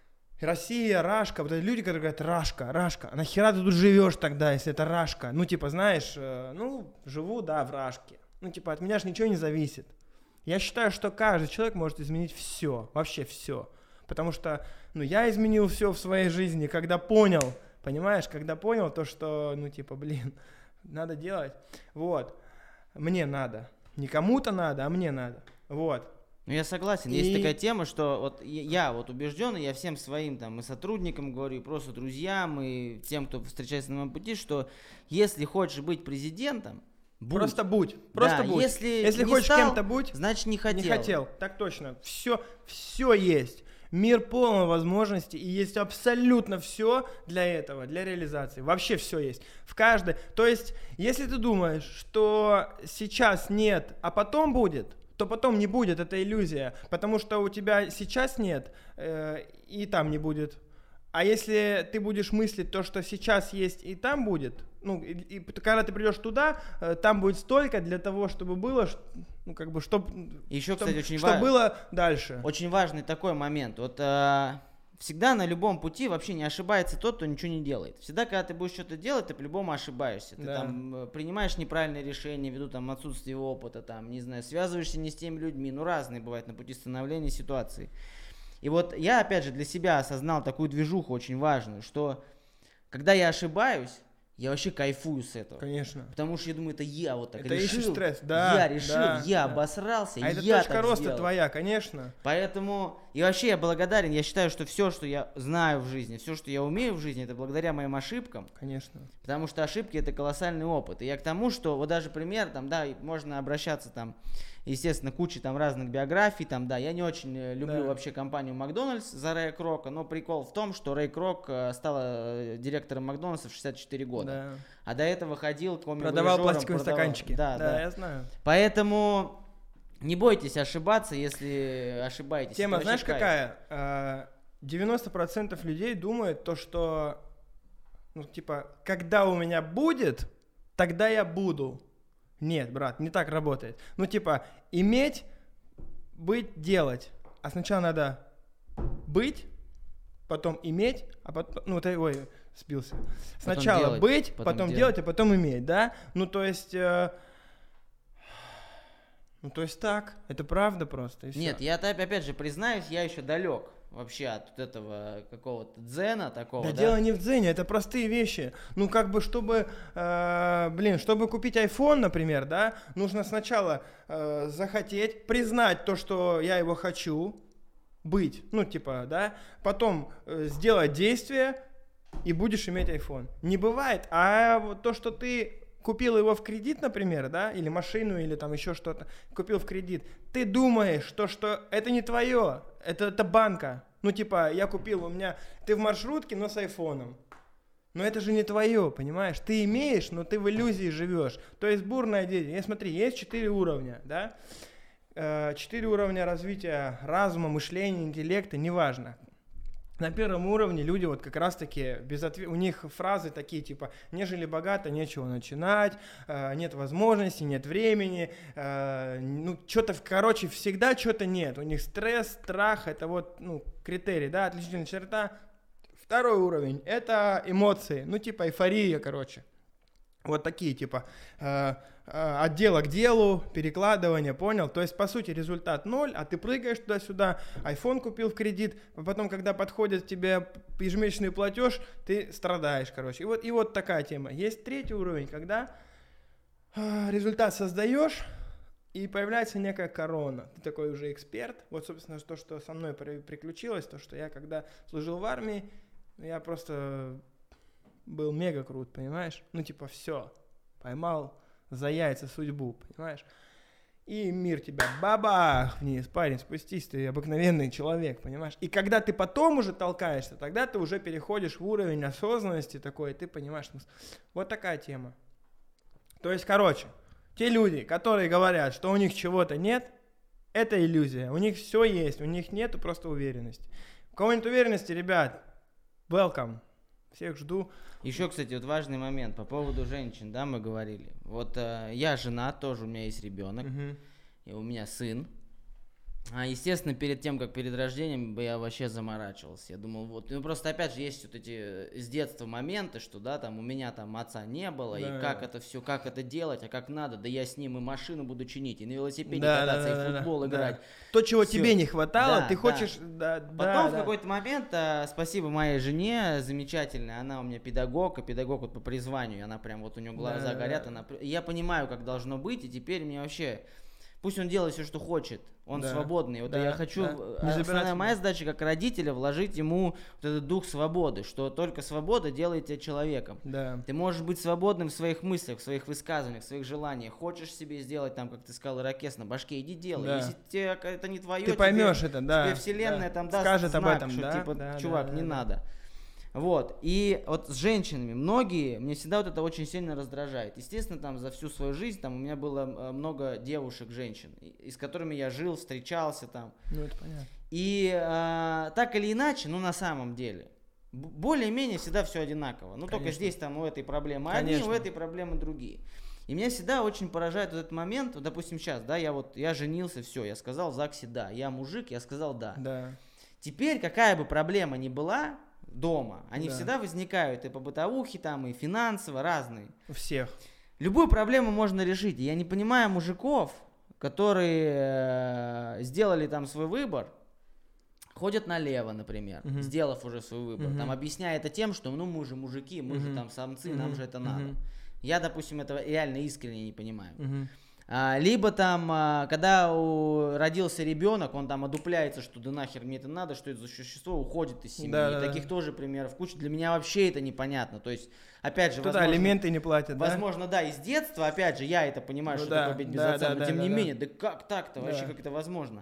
Россия, Рашка, вот эти люди, которые говорят, Рашка, Рашка, а нахера ты тут живешь тогда, если это Рашка? Ну, типа, знаешь, э, ну, живу, да, в Рашке. Ну, типа, от меня же ничего не зависит. Я считаю, что каждый человек может изменить все, вообще все. Потому что, ну, я изменил все в своей жизни, когда понял, понимаешь, когда понял то, что, ну, типа, блин, надо делать. Вот, мне надо. Не кому-то надо, а мне надо. Вот. Ну, я согласен. И... Есть такая тема, что вот я вот убежден, и я всем своим там и сотрудникам говорю, и просто друзьям, и тем, кто встречается на моем пути, что если хочешь быть президентом, будь. Просто будь, просто да, будь. Если, если не хочешь стал, кем-то будь, значит не хотел. Не хотел, так точно. Все, все есть. Мир полон возможностей, и есть абсолютно все для этого, для реализации. Вообще все есть. В каждой. То есть, если ты думаешь, что сейчас нет, а потом будет, то потом не будет, это иллюзия. Потому что у тебя сейчас нет, э, и там не будет. А если ты будешь мыслить то, что сейчас есть и там будет, ну, и, и когда ты придешь туда, э, там будет столько для того, чтобы было, ну, как бы, чтобы, еще, чтоб, кстати, очень чтобы ва- было дальше. Очень важный такой момент. Вот э, всегда на любом пути вообще не ошибается тот, кто ничего не делает. Всегда, когда ты будешь что-то делать, ты по-любому ошибаешься. Ты Да. там принимаешь неправильные решения ввиду там отсутствия опыта, там, не знаю, связываешься не с теми людьми. Ну, разные бывают на пути становления ситуации. И вот я, опять же, для себя осознал такую движуху очень важную, что когда я ошибаюсь, я вообще кайфую с этого. Конечно. Потому что я думаю, это я вот так это решил. Это стресс, да. Я решил, да, я да. обосрался, а я это точка так роста сделал. твоя, конечно. Поэтому, и вообще я благодарен, я считаю, что все, что я знаю в жизни, все, что я умею в жизни, это благодаря моим ошибкам. Конечно. Потому что ошибки это колоссальный опыт. И я к тому, что вот даже пример, там, да, можно обращаться там, естественно, куча там разных биографий, там, да, я не очень люблю да. вообще компанию Макдональдс за Рэя Крока, но прикол в том, что Рэй Крок стала директором Макдональдса в шестьдесят четыре года. Да. А до этого ходил комик-режиссером. Продавал пластиковые продавал... стаканчики. Да, да, да, я знаю. Поэтому не бойтесь ошибаться, если ошибаетесь. Тема, знаешь, какая? девяносто процентов людей думают то, что, ну, типа, когда у меня будет, тогда я буду. Нет, брат, не так работает. Ну, типа, иметь, быть, делать. А сначала надо быть, потом иметь, а потом, ну, ты, ой, сбился. Сначала делать, быть, потом, потом делать. делать, а потом иметь, да? Ну, то есть, э, ну, то есть так, это правда просто. И Нет, все. я опять же признаюсь, я еще далек вообще от вот этого какого-то дзена такого. Да, да? дело не в дзене, это простые вещи. Ну, как бы, чтобы, э, блин, чтобы купить iPhone, например, да, нужно сначала э, захотеть, признать то, что я его хочу, быть, ну, типа, да, потом э, сделать действие, и будешь иметь iPhone. Не бывает, а вот то, что ты купил его в кредит, например, да, или машину, или там еще что-то, купил в кредит, ты думаешь, то, что это не твое, это, это банка. Ну, типа, я купил, у меня, ты в маршрутке, но с айфоном. Но это же не твое, понимаешь? Ты имеешь, но ты в иллюзии живешь. То есть бурная деятельность. Смотри, есть четыре уровня, да? Четыре уровня развития разума, мышления, интеллекта, неважно. На первом уровне люди вот как раз-таки без ответ... у них фразы такие типа «нежели богато, нечего начинать», э, «нет возможности, нет времени», э, ну что-то, короче, всегда что-то нет. У них стресс, страх, это вот, ну, критерий, да, отличительная черта. Второй уровень – это эмоции, ну типа эйфория, короче. Вот такие типа э, э, от дела к делу, перекладывание, понял? То есть, по сути, результат ноль, а ты прыгаешь туда-сюда, iPhone купил в кредит, а потом, когда подходит тебе ежемесячный платеж, ты страдаешь, короче. И вот, и вот такая тема. Есть третий уровень, когда э, результат создаешь, и появляется некая корона. Ты такой уже эксперт. Вот, собственно, то, что со мной приключилось, то, что я, когда служил в армии, я просто... был мега крут, понимаешь? Ну, типа, все, поймал за яйца судьбу, понимаешь? И мир тебя бабах вниз, парень, спустись, ты обыкновенный человек, понимаешь? И когда ты потом уже толкаешься, тогда ты уже переходишь в уровень осознанности такой, и ты понимаешь смысл. Вот такая тема. То есть, короче, те люди, которые говорят, что у них чего-то нет, это иллюзия. У них все есть, у них нету просто уверенности. У кого нет уверенности, ребят, welcome. Всех жду. Еще, кстати, вот важный момент по поводу женщин, да, мы говорили. Вот э, я женат, тоже у меня есть ребенок, uh-huh. и у меня сын. А, естественно, перед тем, как перед рождением, я вообще заморачивался. Я думал, вот, ну просто опять же есть вот эти с детства моменты, что, да, там у меня там отца не было, да, и как это все, как это делать, а как надо, да я с ним и машину буду чинить, и на велосипеде да, кататься, да, и в футбол да, играть. Да. То, чего всё. Тебе не хватало, да, ты да. хочешь... Да, Потом да, в да. какой-то момент, а, спасибо моей жене, замечательной, она у меня педагог, и педагог вот по призванию, она прям вот у нее глаза да, горят, да. Она, я понимаю, как должно быть, и теперь мне вообще... Пусть он делает все, что хочет, он да, свободный. Вот да, я хочу, да. Основная моя задача как родителя вложить ему вот этот дух свободы, что только свобода делает тебя человеком. Да. Ты можешь быть свободным в своих мыслях, в своих высказываниях, в своих желаниях. Хочешь себе сделать, там, как ты сказал, ирокез на башке, иди делай. Да. Если тебе это не твое, ты поймешь тебе, это, да. тебе вселенная да. там даст Скажет знак, об этом, что да, типа, да, чувак, да, не да, надо. Вот, и вот с женщинами, многие, мне всегда вот это очень сильно раздражает. Естественно, там за всю свою жизнь, там у меня было много девушек, женщин, и с которыми я жил, встречался там. Ну, это понятно. И а, так или иначе, ну на самом деле, более-менее всегда все одинаково. Ну Конечно. Только здесь там у этой проблемы одни, у этой проблемы другие. И меня всегда очень поражает вот этот момент, вот, допустим, сейчас, да, я вот, я женился, все, я сказал в ЗАГСе да, я мужик, я сказал да. Да. Теперь какая бы проблема ни была, дома. Они да. всегда возникают и по бытовухе, там, и финансово, разные. У всех. Любую проблему можно решить. Я не понимаю мужиков, которые э, сделали там свой выбор, ходят налево, например, uh-huh. сделав уже свой выбор. Uh-huh. Там объясняя это тем, что ну мы же мужики, мы uh-huh. же там самцы, uh-huh. нам же это uh-huh. надо. Я, допустим, этого реально искренне не понимаю. Uh-huh. А, либо там, а, когда у, родился ребенок, он там одупляется, что да нахер мне это надо, что это за существо, уходит из семьи. Да, таких да. тоже примеров куча. Для меня вообще это непонятно. То есть, опять же, возможно, алименты не платят, возможно, да? да, из детства, опять же, я это понимаю, ну, что да, такое быть без да, отца, да, но да, тем да, не да. менее, да как так-то, да. вообще как это возможно?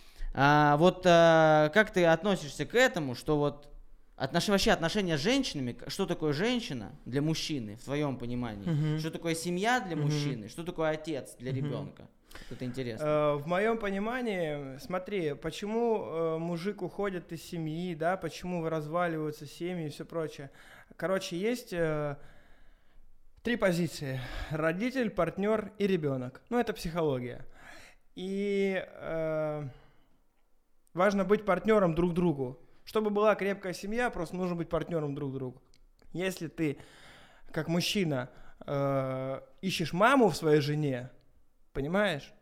А, вот а, как ты относишься к этому, что вот Отнош... вообще отношения с женщинами, что такое женщина для мужчины, в твоем понимании? Uh-huh. Что такое семья для uh-huh. мужчины? Что такое отец для uh-huh. ребенка? Это интересно. Uh, в моем понимании, смотри, почему uh, мужик уходит из семьи, да, почему разваливаются семьи и все прочее. Короче, есть uh, три позиции. Родитель, партнер и ребенок. Ну, это психология. И uh, важно быть партнером друг другу. Чтобы была крепкая семья, просто нужно быть партнером друг другу. Если ты, как мужчина, э, ищешь маму в своей жене, понимаешь,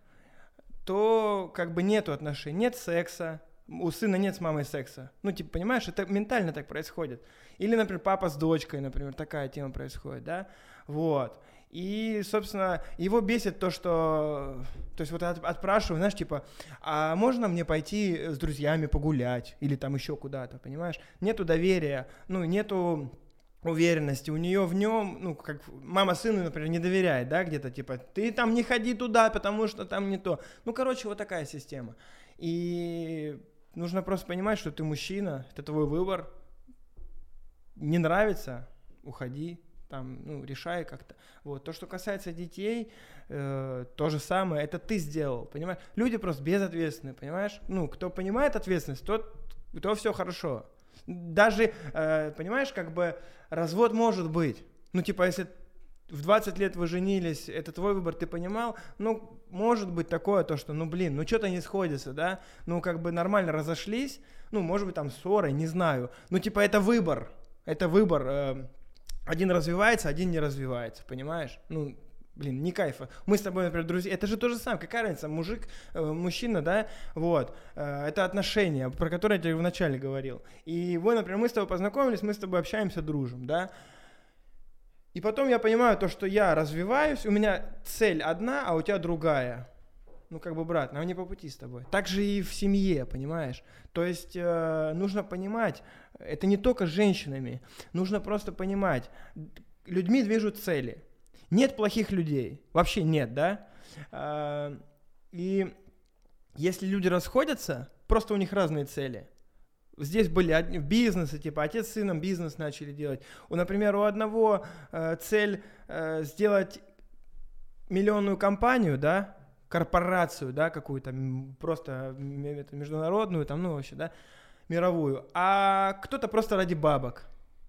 то как бы нету отношений, нет секса, у сына нет с мамой секса. Ну, типа, понимаешь, это ментально так происходит. Или, например, папа с дочкой, например, такая тема происходит, да, вот. И, собственно, его бесит то, что... То есть вот от, отпрашиваю, знаешь, типа, а можно мне пойти с друзьями погулять? Или там еще куда-то, понимаешь? Нету доверия, ну, нету уверенности. У нее в нем, ну, как мама сыну, например, не доверяет, да, где-то, типа, ты там не ходи туда, потому что там не то. Ну, короче, вот такая система. И нужно просто понимать, что ты мужчина, это твой выбор. Не нравится — уходи. Там, ну, решай как-то. Вот. То, что касается детей, э, то же самое, это ты сделал, понимаешь? Люди просто безответственны, понимаешь? Ну, кто понимает ответственность, тот, то все хорошо. Даже, э, понимаешь, как бы развод может быть. Ну, типа, если в двадцать лет вы женились, это твой выбор, ты понимал, ну, может быть такое, то, что, ну, блин, ну, что-то не сходится, да, ну, как бы нормально разошлись, ну, может быть, там, ссоры, не знаю, ну, типа, это выбор, это выбор, э, один развивается, один не развивается, понимаешь, ну, блин, не кайфа. Мы с тобой, например, друзья, это же то же самое, какая разница, мужик, э, мужчина, да, вот, э, это отношения, про которые я тебе вначале говорил, и вот, например, мы с тобой познакомились, мы с тобой общаемся, дружим, да. И потом я понимаю то, что я развиваюсь, у меня цель одна, а у тебя другая. Ну, как бы, брат, нам не по пути с тобой. Так же и в семье, понимаешь? То есть э, нужно понимать, это не только с женщинами, нужно просто понимать, людьми движут цели. Нет плохих людей, вообще нет, да? Э, и если люди расходятся, просто у них разные цели. Здесь были одни, бизнесы, типа отец с сыном бизнес начали делать. У, например, у одного э, цель э, сделать миллионную компанию, да, корпорацию, да, какую-то просто международную, там, ну вообще, да, мировую, а кто-то просто ради бабок.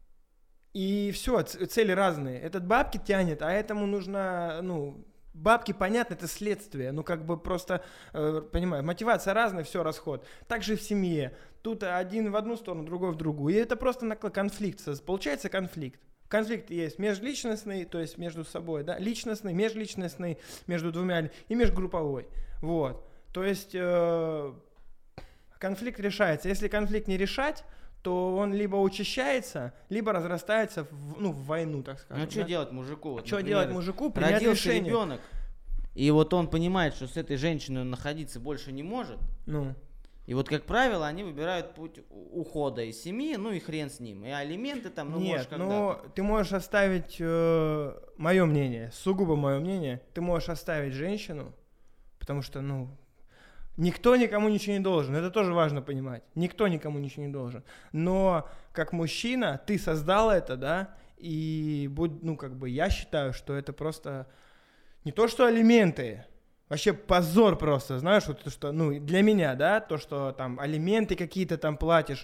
И все, цели разные. Этот бабки тянет, а этому нужно, ну, бабки, понятно, это следствие, ну, как бы просто, э, понимаю, мотивация разная, все, расход. Так же и в семье. Тут один в одну сторону, другой в другую. И это просто конфликт. Получается конфликт. Конфликт есть межличностный, то есть между собой, да, личностный, межличностный, между двумя, и межгрупповой. Вот. То есть э, конфликт решается. Если конфликт не решать, то он либо учащается, либо разрастается в, ну, в войну, так скажем. Ну, а что да? делать мужику? Вот, что например, делать мужику? Принять родился решение. ребенок, и вот он понимает, что с этой женщиной он находиться больше не может. Ну. И вот, как правило, они выбирают путь ухода из семьи, ну и хрен с ним. И алименты там, ну, Нет, можешь когда-то. ну, ты можешь оставить, э, мое мнение, сугубо мое мнение, ты можешь оставить женщину, потому что, ну, никто никому ничего не должен, это тоже важно понимать, никто никому ничего не должен. Но, как мужчина, ты создал это, да, и, будь, ну, как бы, я считаю, что это просто не то, что алименты, вообще позор просто, знаешь, вот то, что, ну, для меня, да, то, что там алименты какие-то там платишь.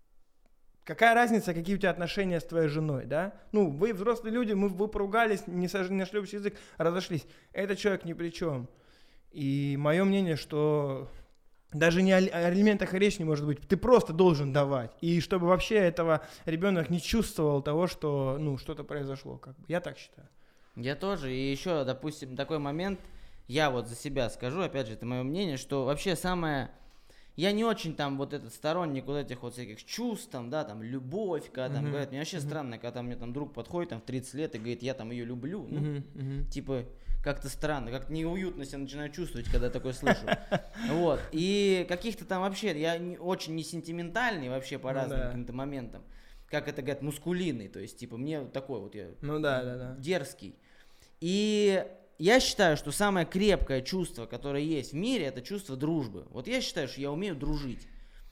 Какая разница, какие у тебя отношения с твоей женой, да? Ну, вы взрослые люди, мы, вы поругались, не, сож... не нашли общий язык, разошлись. Этот человек ни при чем. И мое мнение, что даже не о алиментах речь не может быть. Ты просто должен давать. И чтобы вообще этого ребенок не чувствовал того, что, ну, что-то произошло. Как бы. Я так считаю. Я тоже. И еще, допустим, такой момент... Я вот за себя скажу, опять же, это мое мнение, что вообще самое... Я не очень там вот этот сторонник вот этих вот всяких чувств, там, да, там, любовь, когда там uh-huh. говорят, мне вообще uh-huh. странно, когда мне там друг подходит там в тридцать лет и говорит, я там ее люблю, ну, uh-huh. Uh-huh. типа, как-то странно, как-то неуютно себя начинаю чувствовать, когда такое слышу, вот, и каких-то там вообще, я не, очень не сентиментальный вообще по разным каким-то моментам, как это говорят, мускулинный, то есть, типа, мне такой вот, я ну, да, да, да. дерзкий, и... Я считаю, что самое крепкое чувство, которое есть в мире, это чувство дружбы. Вот я считаю, что я умею дружить.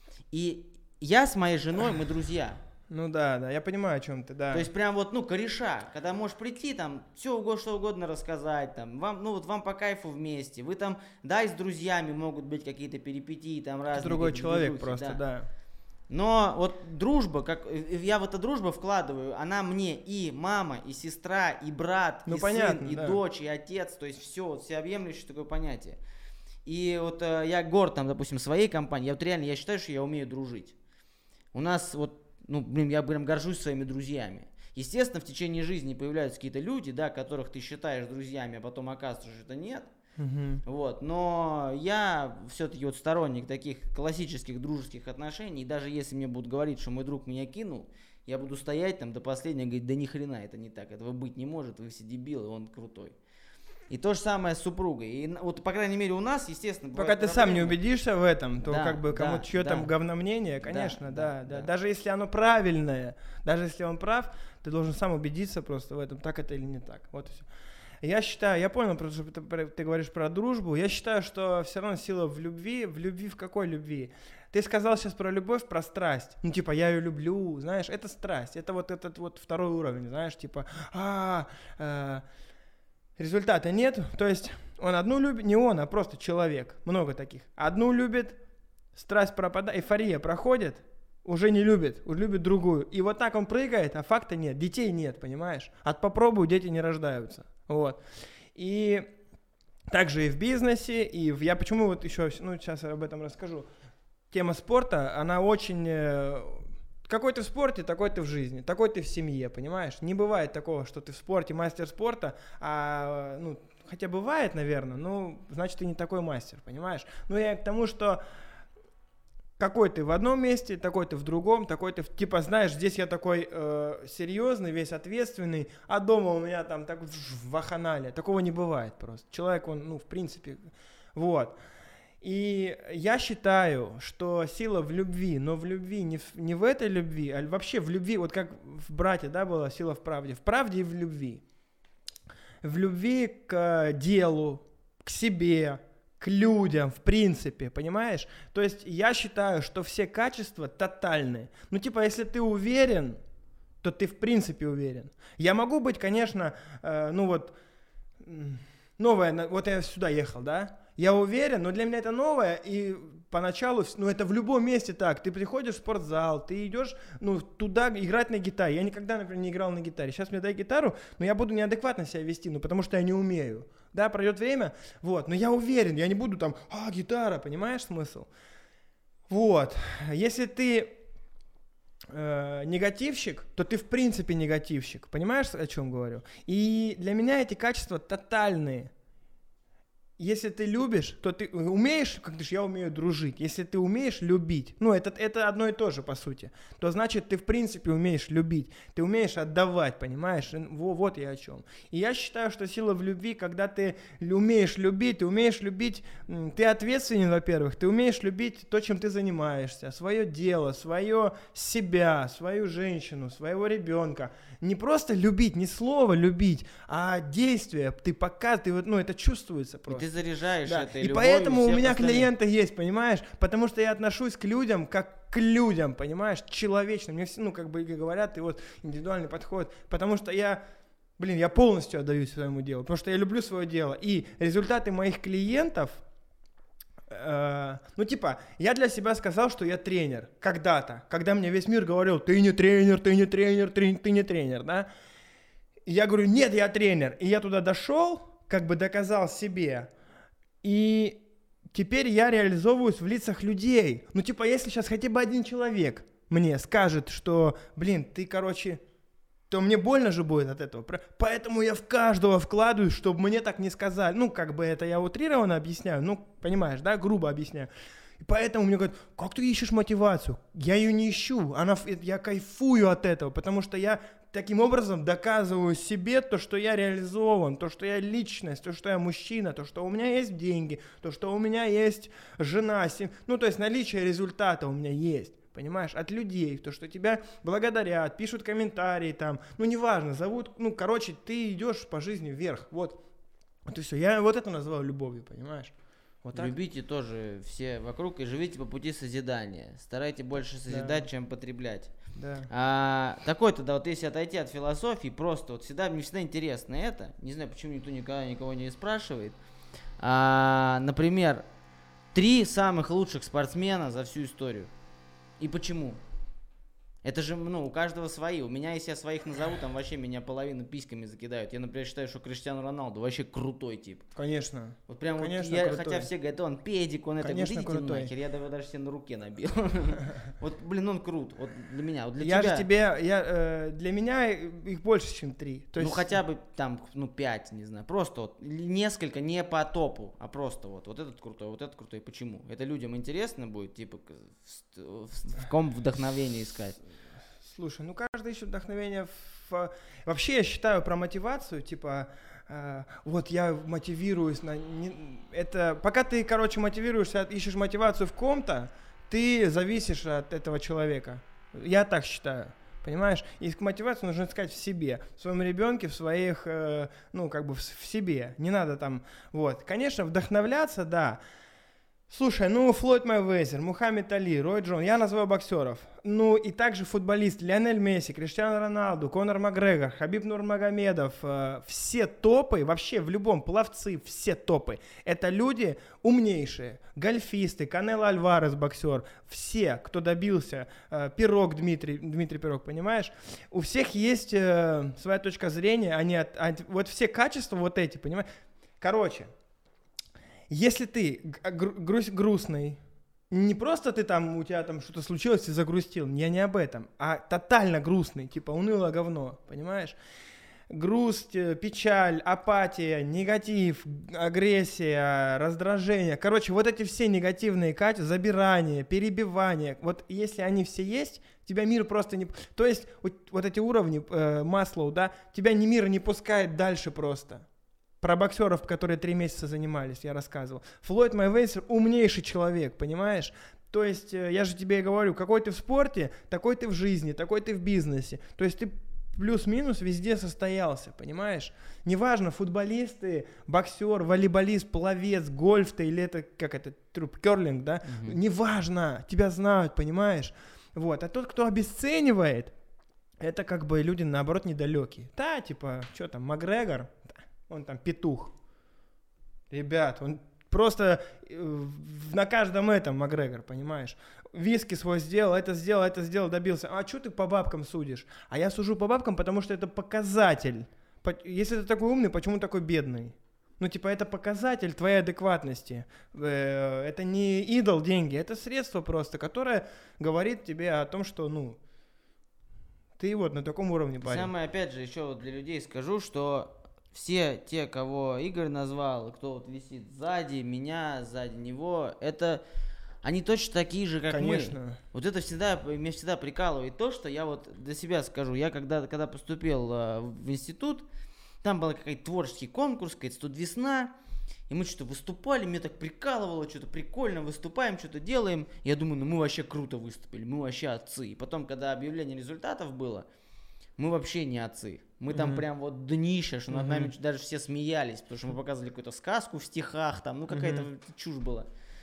И я с моей женой, мы друзья. Ну да, да, я понимаю, о чем ты, да. То есть прям вот, ну, кореша, когда можешь прийти, там, все угодно, что угодно рассказать, там, вам, ну, вот вам по кайфу вместе. Вы там, да, и с друзьями могут быть какие-то перипетии, там, разные. Другой человек движухи, просто, да. да. Но вот дружба, как я в эту дружбу вкладываю, она мне и мама, и сестра, и брат, ну, и понятно, сын, и да. дочь, и отец, то есть все, вот всеобъемлющее такое понятие. И вот э, я горд там, допустим, своей компании, я вот реально, я считаю, что я умею дружить. У нас вот, ну, блин, я прям горжусь своими друзьями. Естественно, в течение жизни появляются какие-то люди, да, которых ты считаешь друзьями, а потом оказывается, что это нет. Uh-huh. Вот, но я все-таки вот сторонник таких классических дружеских отношений, и даже если мне будут говорить, что мой друг меня кинул, я буду стоять там до последнего и говорить, да ни хрена, это не так, этого быть не может, вы все дебилы, он крутой. И то же самое с супругой. И вот, по крайней мере, у нас, естественно, пока ты проблемы. сам не убедишься в этом, то да, как бы кому-то да, чье-то да. говномнение, конечно, да, да, да, да. да. Даже если оно правильное, даже если он прав, ты должен сам убедиться просто в этом, так это или не так. Вот и все. Я считаю, я понял, потому что ты, ты говоришь про дружбу, я считаю, что все равно сила в любви. В любви в какой любви? Ты сказал сейчас про любовь, про страсть. Ну, типа, я ее люблю, знаешь, это страсть. Это вот этот вот второй уровень, знаешь, типа, а, э, результата нет. То есть он одну любит, не он, а просто человек. Много таких. Одну любит, страсть пропадает, эйфория проходит, уже не любит, уже любит другую. И вот так он прыгает, а факта нет, детей нет, понимаешь? От попробуй дети не рождаются. Вот. И также и в бизнесе, и в... Я почему вот еще, ну, сейчас об этом расскажу. Тема спорта, она очень... Какой ты в спорте, такой ты в жизни, такой ты в семье, понимаешь? Не бывает такого, что ты в спорте мастер спорта, а, ну, хотя бывает, наверное, но значит, ты не такой мастер, понимаешь? Ну, я к тому, что какой ты в одном месте, такой ты в другом, такой ты, в... типа, знаешь, здесь я такой э, серьезный, весь ответственный, а дома у меня там так в ваханале. Такого не бывает просто. Человек, он, ну, в принципе, вот. И я считаю, что сила в любви, но в любви, не в, не в этой любви, а вообще в любви, вот как в «Брате», да, была сила в правде, в правде и в любви. В любви к делу, к себе, к людям, в принципе, понимаешь? То есть я считаю, что все качества тотальны. Ну, типа, если ты уверен, то ты в принципе уверен. Я могу быть, конечно, э, ну вот, новое, вот я сюда ехал, да? Я уверен, но для меня это новое, и поначалу, ну это в любом месте так, ты приходишь в спортзал, ты идешь, ну, туда играть на гитаре. Я никогда, например, не играл на гитаре. Сейчас мне дай гитару, но я буду неадекватно себя вести, ну, потому что я не умею. Да, пройдет время, вот, но я уверен, я не буду там, а, гитара, понимаешь смысл? Вот, если ты э, негативщик, то ты в принципе негативщик, понимаешь, о чем говорю? И для меня эти качества тотальные. Если ты любишь, то ты умеешь, как говоришь, я умею дружить. Если ты умеешь любить, ну, это, это одно и то же, по сути, то значит, ты в принципе умеешь любить, ты умеешь отдавать, понимаешь? Во, вот я о чем. И я считаю, что сила в любви, когда ты умеешь любить, ты умеешь любить, ты ответственен, во-первых, ты умеешь любить то, чем ты занимаешься, свое дело, свое себя, свою женщину, своего ребенка. Не просто любить, не слово любить, а действие. Ты пока, ты вот, ну, это чувствуется просто. И ты заряжаешь да. этой И любовью. поэтому у меня остальных. клиенты есть, понимаешь? Потому что я отношусь к людям как к людям, понимаешь? Человечно. Мне все, ну, как бы говорят, и вот индивидуальный подход. Потому что я, блин, я полностью отдаюсь своему делу. Потому что я люблю свое дело. И результаты моих клиентов, э, ну, типа, я для себя сказал, что я тренер. Когда-то. Когда мне весь мир говорил, ты не тренер, ты не тренер, ты, ты не тренер, да? И я говорю, нет, я тренер. И я туда дошел, как бы доказал себе, и теперь я реализовываюсь в лицах людей. Ну, типа, если сейчас хотя бы один человек мне скажет, что, блин, ты, короче, то мне больно же будет от этого. Поэтому я в каждого вкладываюсь, чтобы мне так не сказали. Ну, как бы это я утрированно объясняю, ну, понимаешь, да, грубо объясняю. И поэтому мне говорят, как ты ищешь мотивацию? Я ее не ищу, она, я кайфую от этого, потому что я таким образом доказываю себе то, что я реализован, то, что я личность, то, что я мужчина, то, что у меня есть деньги, то, что у меня есть жена, семья. Ну, то есть наличие результата у меня есть, понимаешь, от людей, то, что тебя благодарят, пишут комментарии там, ну, неважно, зовут, ну, короче, ты идешь по жизни вверх, вот, вот и все. Я вот это называю любовью, понимаешь? Вот так? Любите тоже все вокруг и живите по пути созидания. Старайтесь больше созидать, да. чем потреблять. Да. А, такой тогда, вот если отойти от философии, просто вот всегда, мне всегда интересно это, не знаю, почему никто никогда никого не спрашивает. А, например, три самых лучших спортсмена за всю историю. И почему? Это же, ну, у каждого свои. У меня, если я своих назову, там вообще меня половину письками закидают. Я, например, считаю, что Криштиану Роналду вообще крутой тип. Конечно. Вот прям Конечно, вот я, крутой. Хотя все говорят, он педик, он Конечно, это, вот идите крутой. нахер, я его даже себе на руке набил. Вот, блин, он крут, вот для меня, вот для я тебя. же тебе, я, э, для меня их больше, чем три. То есть... Ну, хотя бы там, ну, пять, не знаю, просто вот, несколько, не по топу, а просто вот, вот этот крутой, вот этот крутой. Почему? Это людям интересно будет, типа, в, в, в ком вдохновение искать? Слушай, ну каждый ищет вдохновение в... Вообще я считаю про мотивацию, типа, э, вот я мотивируюсь на... Не... Это... Пока ты, короче, мотивируешься, ищешь мотивацию в ком-то, ты зависишь от этого человека. Я так считаю, понимаешь? И мотивацию нужно искать в себе, в своем ребенке, в своих, э, ну, как бы в, в себе. Не надо там, вот. Конечно, вдохновляться, да. Слушай, ну, Флойд Мейвезер, Мухаммед Али, Рой Джон, я называю боксеров. Ну, и также футболисты, Лионель Месси, Криштиану Роналду, Конор Макгрегор, Хабиб Нурмагомедов, э, все топы, вообще в любом, пловцы, все топы. Это люди умнейшие, гольфисты, Канело Альварес, боксер, все, кто добился, э, Пирог Дмитрий, Дмитрий Пирог, понимаешь? У всех есть э, своя точка зрения, они от, от, вот все качества вот эти, понимаешь? Короче, если ты гру- грустный, не просто ты там, у тебя там что-то случилось и загрустил, я не об этом, а тотально грустный, типа унылое говно, понимаешь? Грусть, печаль, апатия, негатив, агрессия, раздражение. Короче, вот эти все негативные качества, забирание, перебивание, вот если они все есть, тебя мир просто не... То есть вот, вот эти уровни э, Маслоу, да, тебя ни мир не пускает дальше просто. Про боксеров, которые три месяца занимались, я рассказывал. Флойд Мейвезер умнейший человек, понимаешь? То есть, я же тебе и говорю, какой ты в спорте, такой ты в жизни, такой ты в бизнесе. То есть, ты плюс-минус везде состоялся, понимаешь? Неважно, футболисты, боксер, волейболист, пловец, гольф ты или это, как это, труп, керлинг, да? Mm-hmm. Неважно, тебя знают, понимаешь? Вот, а тот, кто обесценивает, это как бы люди, наоборот, недалекие. Да, типа, что там, Макгрегор, он там петух. Ребят, он просто э, на каждом этом Макгрегор, понимаешь? Виски свой сделал, это сделал, это сделал, добился. А что ты по бабкам судишь? А я сужу по бабкам, потому что это показатель. Если ты такой умный, почему такой бедный? Ну, типа, это показатель твоей адекватности. Э, это не идол деньги, это средство просто, которое говорит тебе о том, что, ну, ты вот на таком уровне, парень. Самое, опять же, еще вот для людей скажу, что все те, кого Игорь назвал, кто вот висит сзади меня, сзади него, это они точно такие же, как Конечно. мы. Вот это всегда, меня всегда прикалывает то, что я вот для себя скажу, я когда, когда поступил э, в институт, там был какой-то творческий конкурс, какая-то студвесна, и мы что-то выступали, мне так прикалывало, что-то прикольно, выступаем, что-то делаем. Я думаю, ну мы вообще круто выступили, мы вообще отцы. И потом, когда объявление результатов было, мы вообще не отцы. Мы mm-hmm. там прям вот днище, что mm-hmm. над нами даже все смеялись, потому что мы показывали какую-то сказку в стихах, там, ну какая-то mm-hmm. чушь была.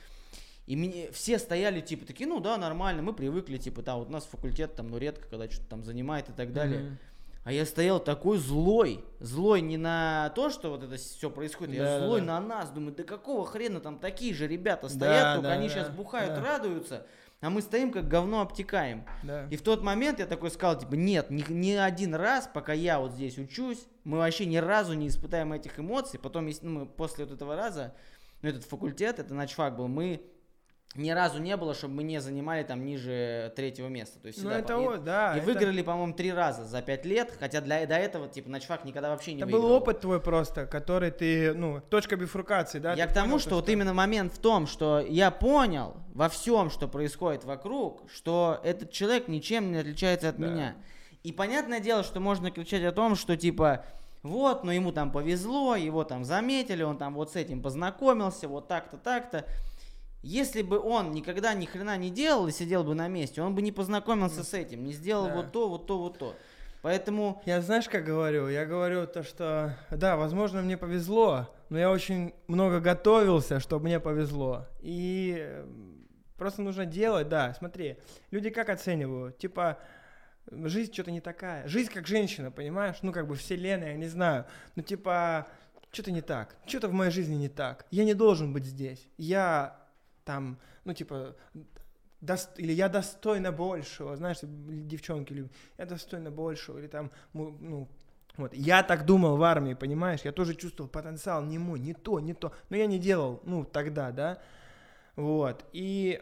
И мне, все стояли, типа, такие, ну да, нормально, мы привыкли, типа, там, вот у нас факультет, там, ну редко, когда что-то там занимает и так далее. Mm-hmm. А я стоял такой злой, злой не на то, что вот это все происходит, да, я злой да. на нас, думаю, да какого хрена там такие же ребята стоят, да, только да, они да, сейчас бухают, да. радуются. А мы стоим, как говно обтекаем. Да. И в тот момент я такой сказал, типа, нет, ни, ни один раз, пока я вот здесь учусь, мы вообще ни разу не испытаем этих эмоций. Потом, если, ну, мы после вот этого раза, ну, этот факультет, это начфак был, мы ни разу не было, чтобы мы не занимали там ниже третьего места. То есть ну, всегда, это и, вот, да, и это... выиграли, по-моему, три раза за пять лет, хотя для, до этого, типа, начфак никогда вообще не это выиграл. Это был опыт твой просто, который ты, ну, точка бифуркации, да? Я к тому, понял, что, что вот именно момент в том, что я понял во всем, что происходит вокруг, что этот человек ничем не отличается от да. меня. И понятное дело, что можно кричать о том, что, типа, вот, но ему там повезло, его там заметили, он там вот с этим познакомился, вот так-то, так-то. Если бы он никогда ни хрена не делал и сидел бы на месте, он бы не познакомился с этим, не сделал да. вот то, вот то, вот то. Поэтому... Я знаешь, как говорю? Я говорю то, что, да, возможно, мне повезло, но я очень много готовился, чтобы мне повезло. И просто нужно делать, да, смотри, люди как оценивают? Типа, жизнь что-то не такая. Жизнь как женщина, понимаешь? Ну, как бы вселенная, я не знаю. Ну, типа, что-то не так. Что-то в моей жизни не так. Я не должен быть здесь. Я... там, ну, типа, до, или я достойна большего, знаешь, девчонки любят, я достойна большего, или там, ну, вот, я так думал в армии, понимаешь, я тоже чувствовал потенциал, не мой, не то, не то, но я не делал, ну, тогда, да, вот, и,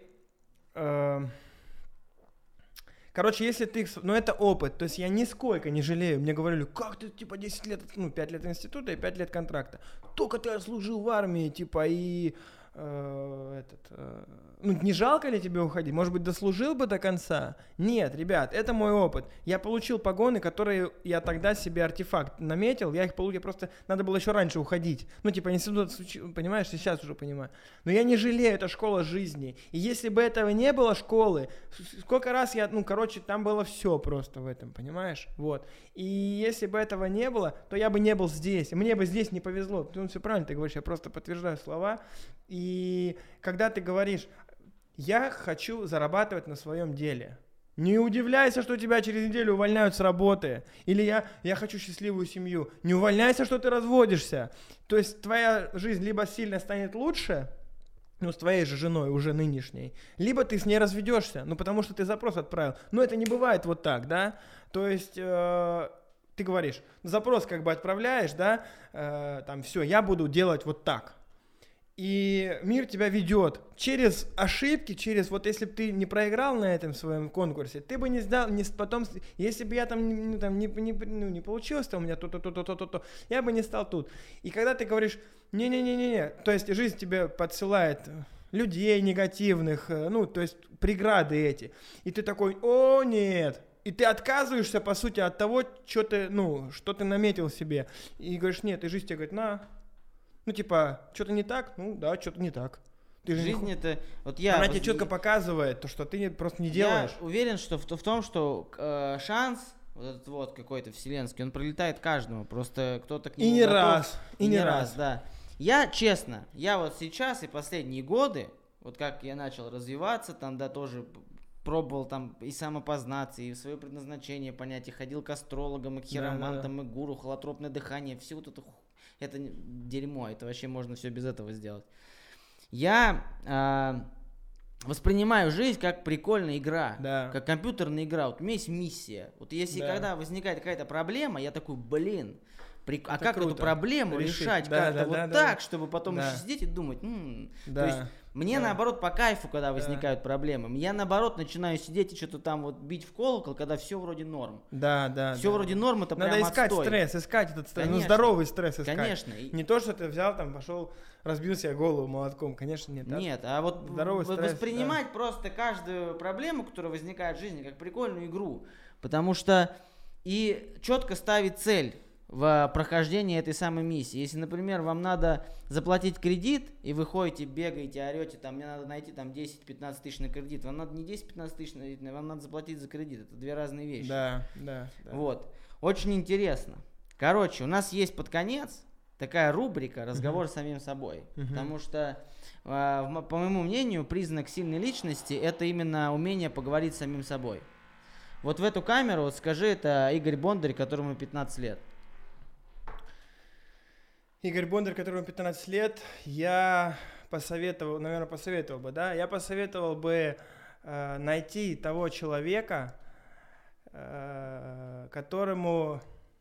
э, короче, если ты, ну, это опыт, то есть я нисколько не жалею, мне говорили, как ты, типа, десять лет, ну, пять лет института и пять лет контракта, только ты служил в армии, типа, и... Э, этот, э, ну, не жалко ли тебе уходить? Может быть, дослужил бы до конца? Нет, ребят, это мой опыт. Я получил погоны, которые я тогда себе артефакт наметил. Я их получил, просто надо было еще раньше уходить. Ну, типа, институт, понимаешь, сейчас уже понимаю. Но я не жалею, это школа жизни. И если бы этого не было школы, сколько раз я, ну, короче, там было все просто в этом, понимаешь? Вот. И если бы этого не было, то я бы не был здесь. Мне бы здесь не повезло. Ну, все правильно ты говоришь, я просто подтверждаю слова. И когда ты говоришь, я хочу зарабатывать на своем деле, не удивляйся, что тебя через неделю увольняют с работы. Или я, я хочу счастливую семью. Не увольняйся, что ты разводишься. То есть твоя жизнь либо сильно станет лучше, ну, с твоей же женой, уже нынешней, либо ты с ней разведешься, ну, потому что ты запрос отправил. Но это не бывает вот так, да? То есть э, ты говоришь, запрос как бы отправляешь, да, э, там, все, я буду делать вот так. И мир тебя ведет через ошибки, через, вот если бы ты не проиграл на этом своем конкурсе, ты бы не сдал, не, потом, если бы я там, ну, там не, не, ну, не получилось, то у меня то-то, то-то, то-то, то, я бы не стал тут. И когда ты говоришь, не-не-не-не, то есть жизнь тебе подсылает людей негативных, ну, то есть преграды эти, и ты такой, о, нет, и ты отказываешься, по сути, от того, что ты, ну, что ты наметил себе, и говоришь, нет, и жизнь тебе говорит, на, ну, типа, что-то не так, ну, да, что-то не так. Ты же Жизнь не... это... Вот я Она воз... тебе четко показывает то, что ты не, просто не делаешь. Я уверен, что в, в том, что э, шанс вот этот вот какой-то вселенский, он прилетает каждому, просто кто-то к нему И не готов, раз, и, и не не раз, раз. да. Я, честно, я вот сейчас и последние годы, вот как я начал развиваться, там, да, тоже пробовал там и самопознаться, и свое предназначение понять, и ходил к астрологам, и к хиромантам, да, да, да. и гуру, холотропное дыхание, все вот это, это дерьмо, это вообще можно все без этого сделать. Я э, воспринимаю жизнь как прикольная игра, да. как компьютерная игра. Вот у меня есть миссия. Вот если да. когда возникает какая-то проблема, я такой, блин, прик... а как круто. Эту проблему решить, решать да, как-то да, вот да, так, да. чтобы потом да. еще сидеть и думать. М-м". Да. То есть мне да. наоборот по кайфу, когда возникают да. проблемы. Я наоборот начинаю сидеть и что-то там вот бить в колокол, когда все вроде норм. Да, да. Все да. вроде норм, это надо прям искать отстой. стресс, искать этот стресс, конечно. ну здоровый стресс искать. Конечно. Не то, что ты взял там, пошел, разбил себе голову молотком, конечно, нет. Нет, а вот здоровый в- стресс, воспринимать да. просто каждую проблему, которая возникает в жизни, как прикольную игру. Потому что и четко ставить цель в прохождении этой самой миссии. Если, например, вам надо заплатить кредит, и вы ходите, бегаете, орете, там, мне надо найти там десять-пятнадцать тысяч на кредит, вам надо не десять-пятнадцать тысяч, вам надо заплатить за кредит. Это две разные вещи. Да, да, да. Вот. Очень интересно. Короче, у нас есть под конец такая рубрика «Разговор uh-huh. с самим собой». Uh-huh. Потому что, э, по моему мнению, признак сильной личности – это именно умение поговорить с самим собой. Вот в эту камеру вот скажи, это Игорь Бондарь, которому пятнадцать лет. Игорь Бондарь, которому пятнадцать лет, я посоветовал, наверное, посоветовал бы, да, я посоветовал бы э, найти того человека, э, которому,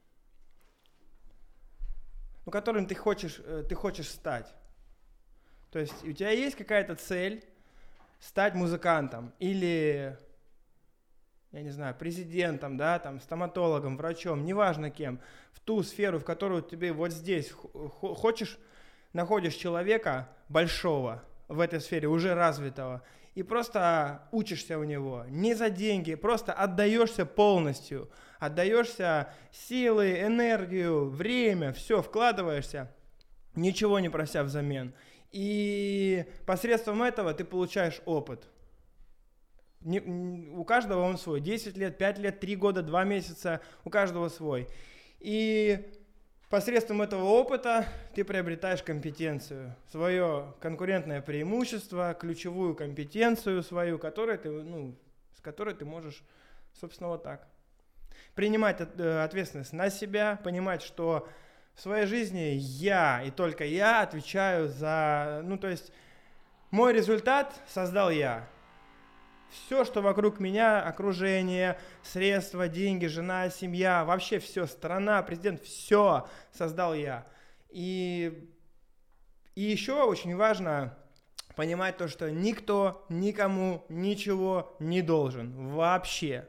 ну, которым ты хочешь, э, ты хочешь стать. То есть у тебя есть какая-то цель стать музыкантом или, я не знаю, президентом, да, там, стоматологом, врачом, неважно кем, в ту сферу, в которую тебе вот здесь хочешь, находишь человека большого в этой сфере, уже развитого, и просто учишься у него, не за деньги, просто отдаешься полностью, отдаешься силы, энергию, время, все, вкладываешься, ничего не прося взамен. И посредством этого ты получаешь опыт. Не, у каждого он свой. десять лет, пять лет, три года, два месяца. У каждого свой. И посредством этого опыта ты приобретаешь компетенцию. Свое конкурентное преимущество, ключевую компетенцию свою, которой ты, ну, с которой ты можешь, собственно, вот так. Принимать ответственность на себя, понимать, что в своей жизни я и только я отвечаю за... Ну, то есть мой результат создал я. Все, что вокруг меня, окружение, средства, деньги, жена, семья, вообще все, страна, президент, все создал я. И, и еще очень важно понимать то, что никто никому ничего не должен. Вообще.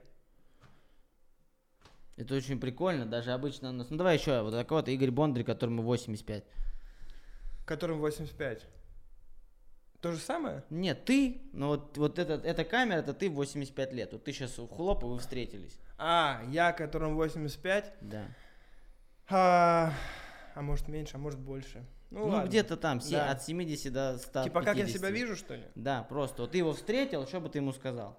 Это очень прикольно, даже обычно у нас... Ну давай еще вот такой-то Игорь Бондарь, которому восемьдесят пять. Которому восемьдесят пять. То же самое? Нет, ты, ну вот, вот эта, эта камера, это ты в восемьдесят пять лет. Вот ты сейчас хлоп, и вы встретились. А, я, которому восемьдесят пять? Да. А, а может меньше, а может больше. Ну, ну где-то там, да. от семидесяти до ста пятидесяти. Типа как я себя вижу, что ли? Да, просто. Вот ты его встретил, что бы ты ему сказал?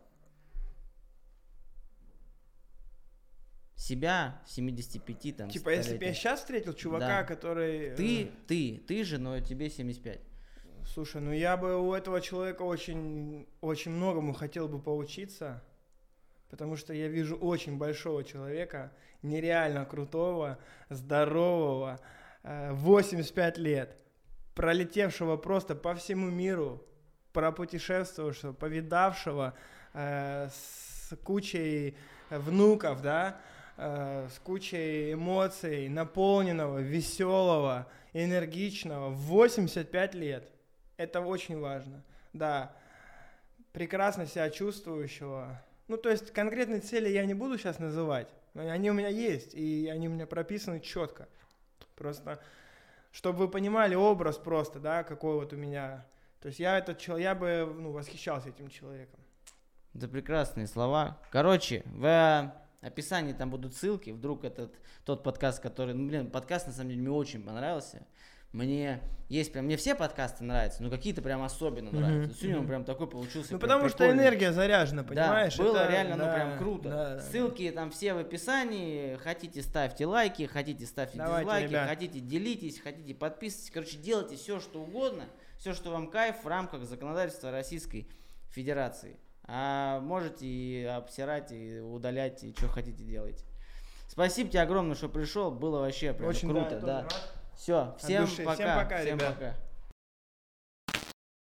Себя семидесяти пяти там. Типа если бы я сейчас встретил чувака, да. который... Ты, ты, ты же, но тебе семьдесят пять. Слушай, ну я бы у этого человека очень, очень многому хотел бы поучиться, потому что я вижу очень большого человека, нереально крутого, здорового, восемьдесят пять лет, пролетевшего просто по всему миру, пропутешествовавшего, повидавшего, э, с кучей внуков, да, э, с кучей эмоций, наполненного, веселого, энергичного, в восемьдесят пять лет. Это очень важно, да, прекрасно себя чувствующего. Ну, то есть конкретные цели я не буду сейчас называть, они у меня есть, и они у меня прописаны четко. Просто, чтобы вы понимали образ просто, да, какой вот у меня. То есть я этот человек, я бы, ну, восхищался этим человеком. Это прекрасные слова. Короче, в описании там будут ссылки. Вдруг этот тот подкаст, который, ну, блин, подкаст на самом деле мне очень понравился. Мне есть прям, мне все подкасты нравятся, но какие-то прям особенно mm-hmm. нравятся. Сегодня mm-hmm. он прям такой получился. Ну потому что энергия заряжена, понимаешь? Да, было это, реально, да, ну прям круто. Да, Ссылки да. там все в описании. Хотите, ставьте лайки, хотите, ставьте Давайте, дизлайки, ребят. хотите, делитесь, хотите, подписывайтесь. Короче, делайте все, что угодно, все, что вам кайф в рамках законодательства Российской Федерации. А можете и обсирать, и удалять, и что хотите делайте. Спасибо тебе огромное, что пришел. Было вообще прям Очень круто, да. да. Все, всем пока. Всем пока, всем ребят. пока.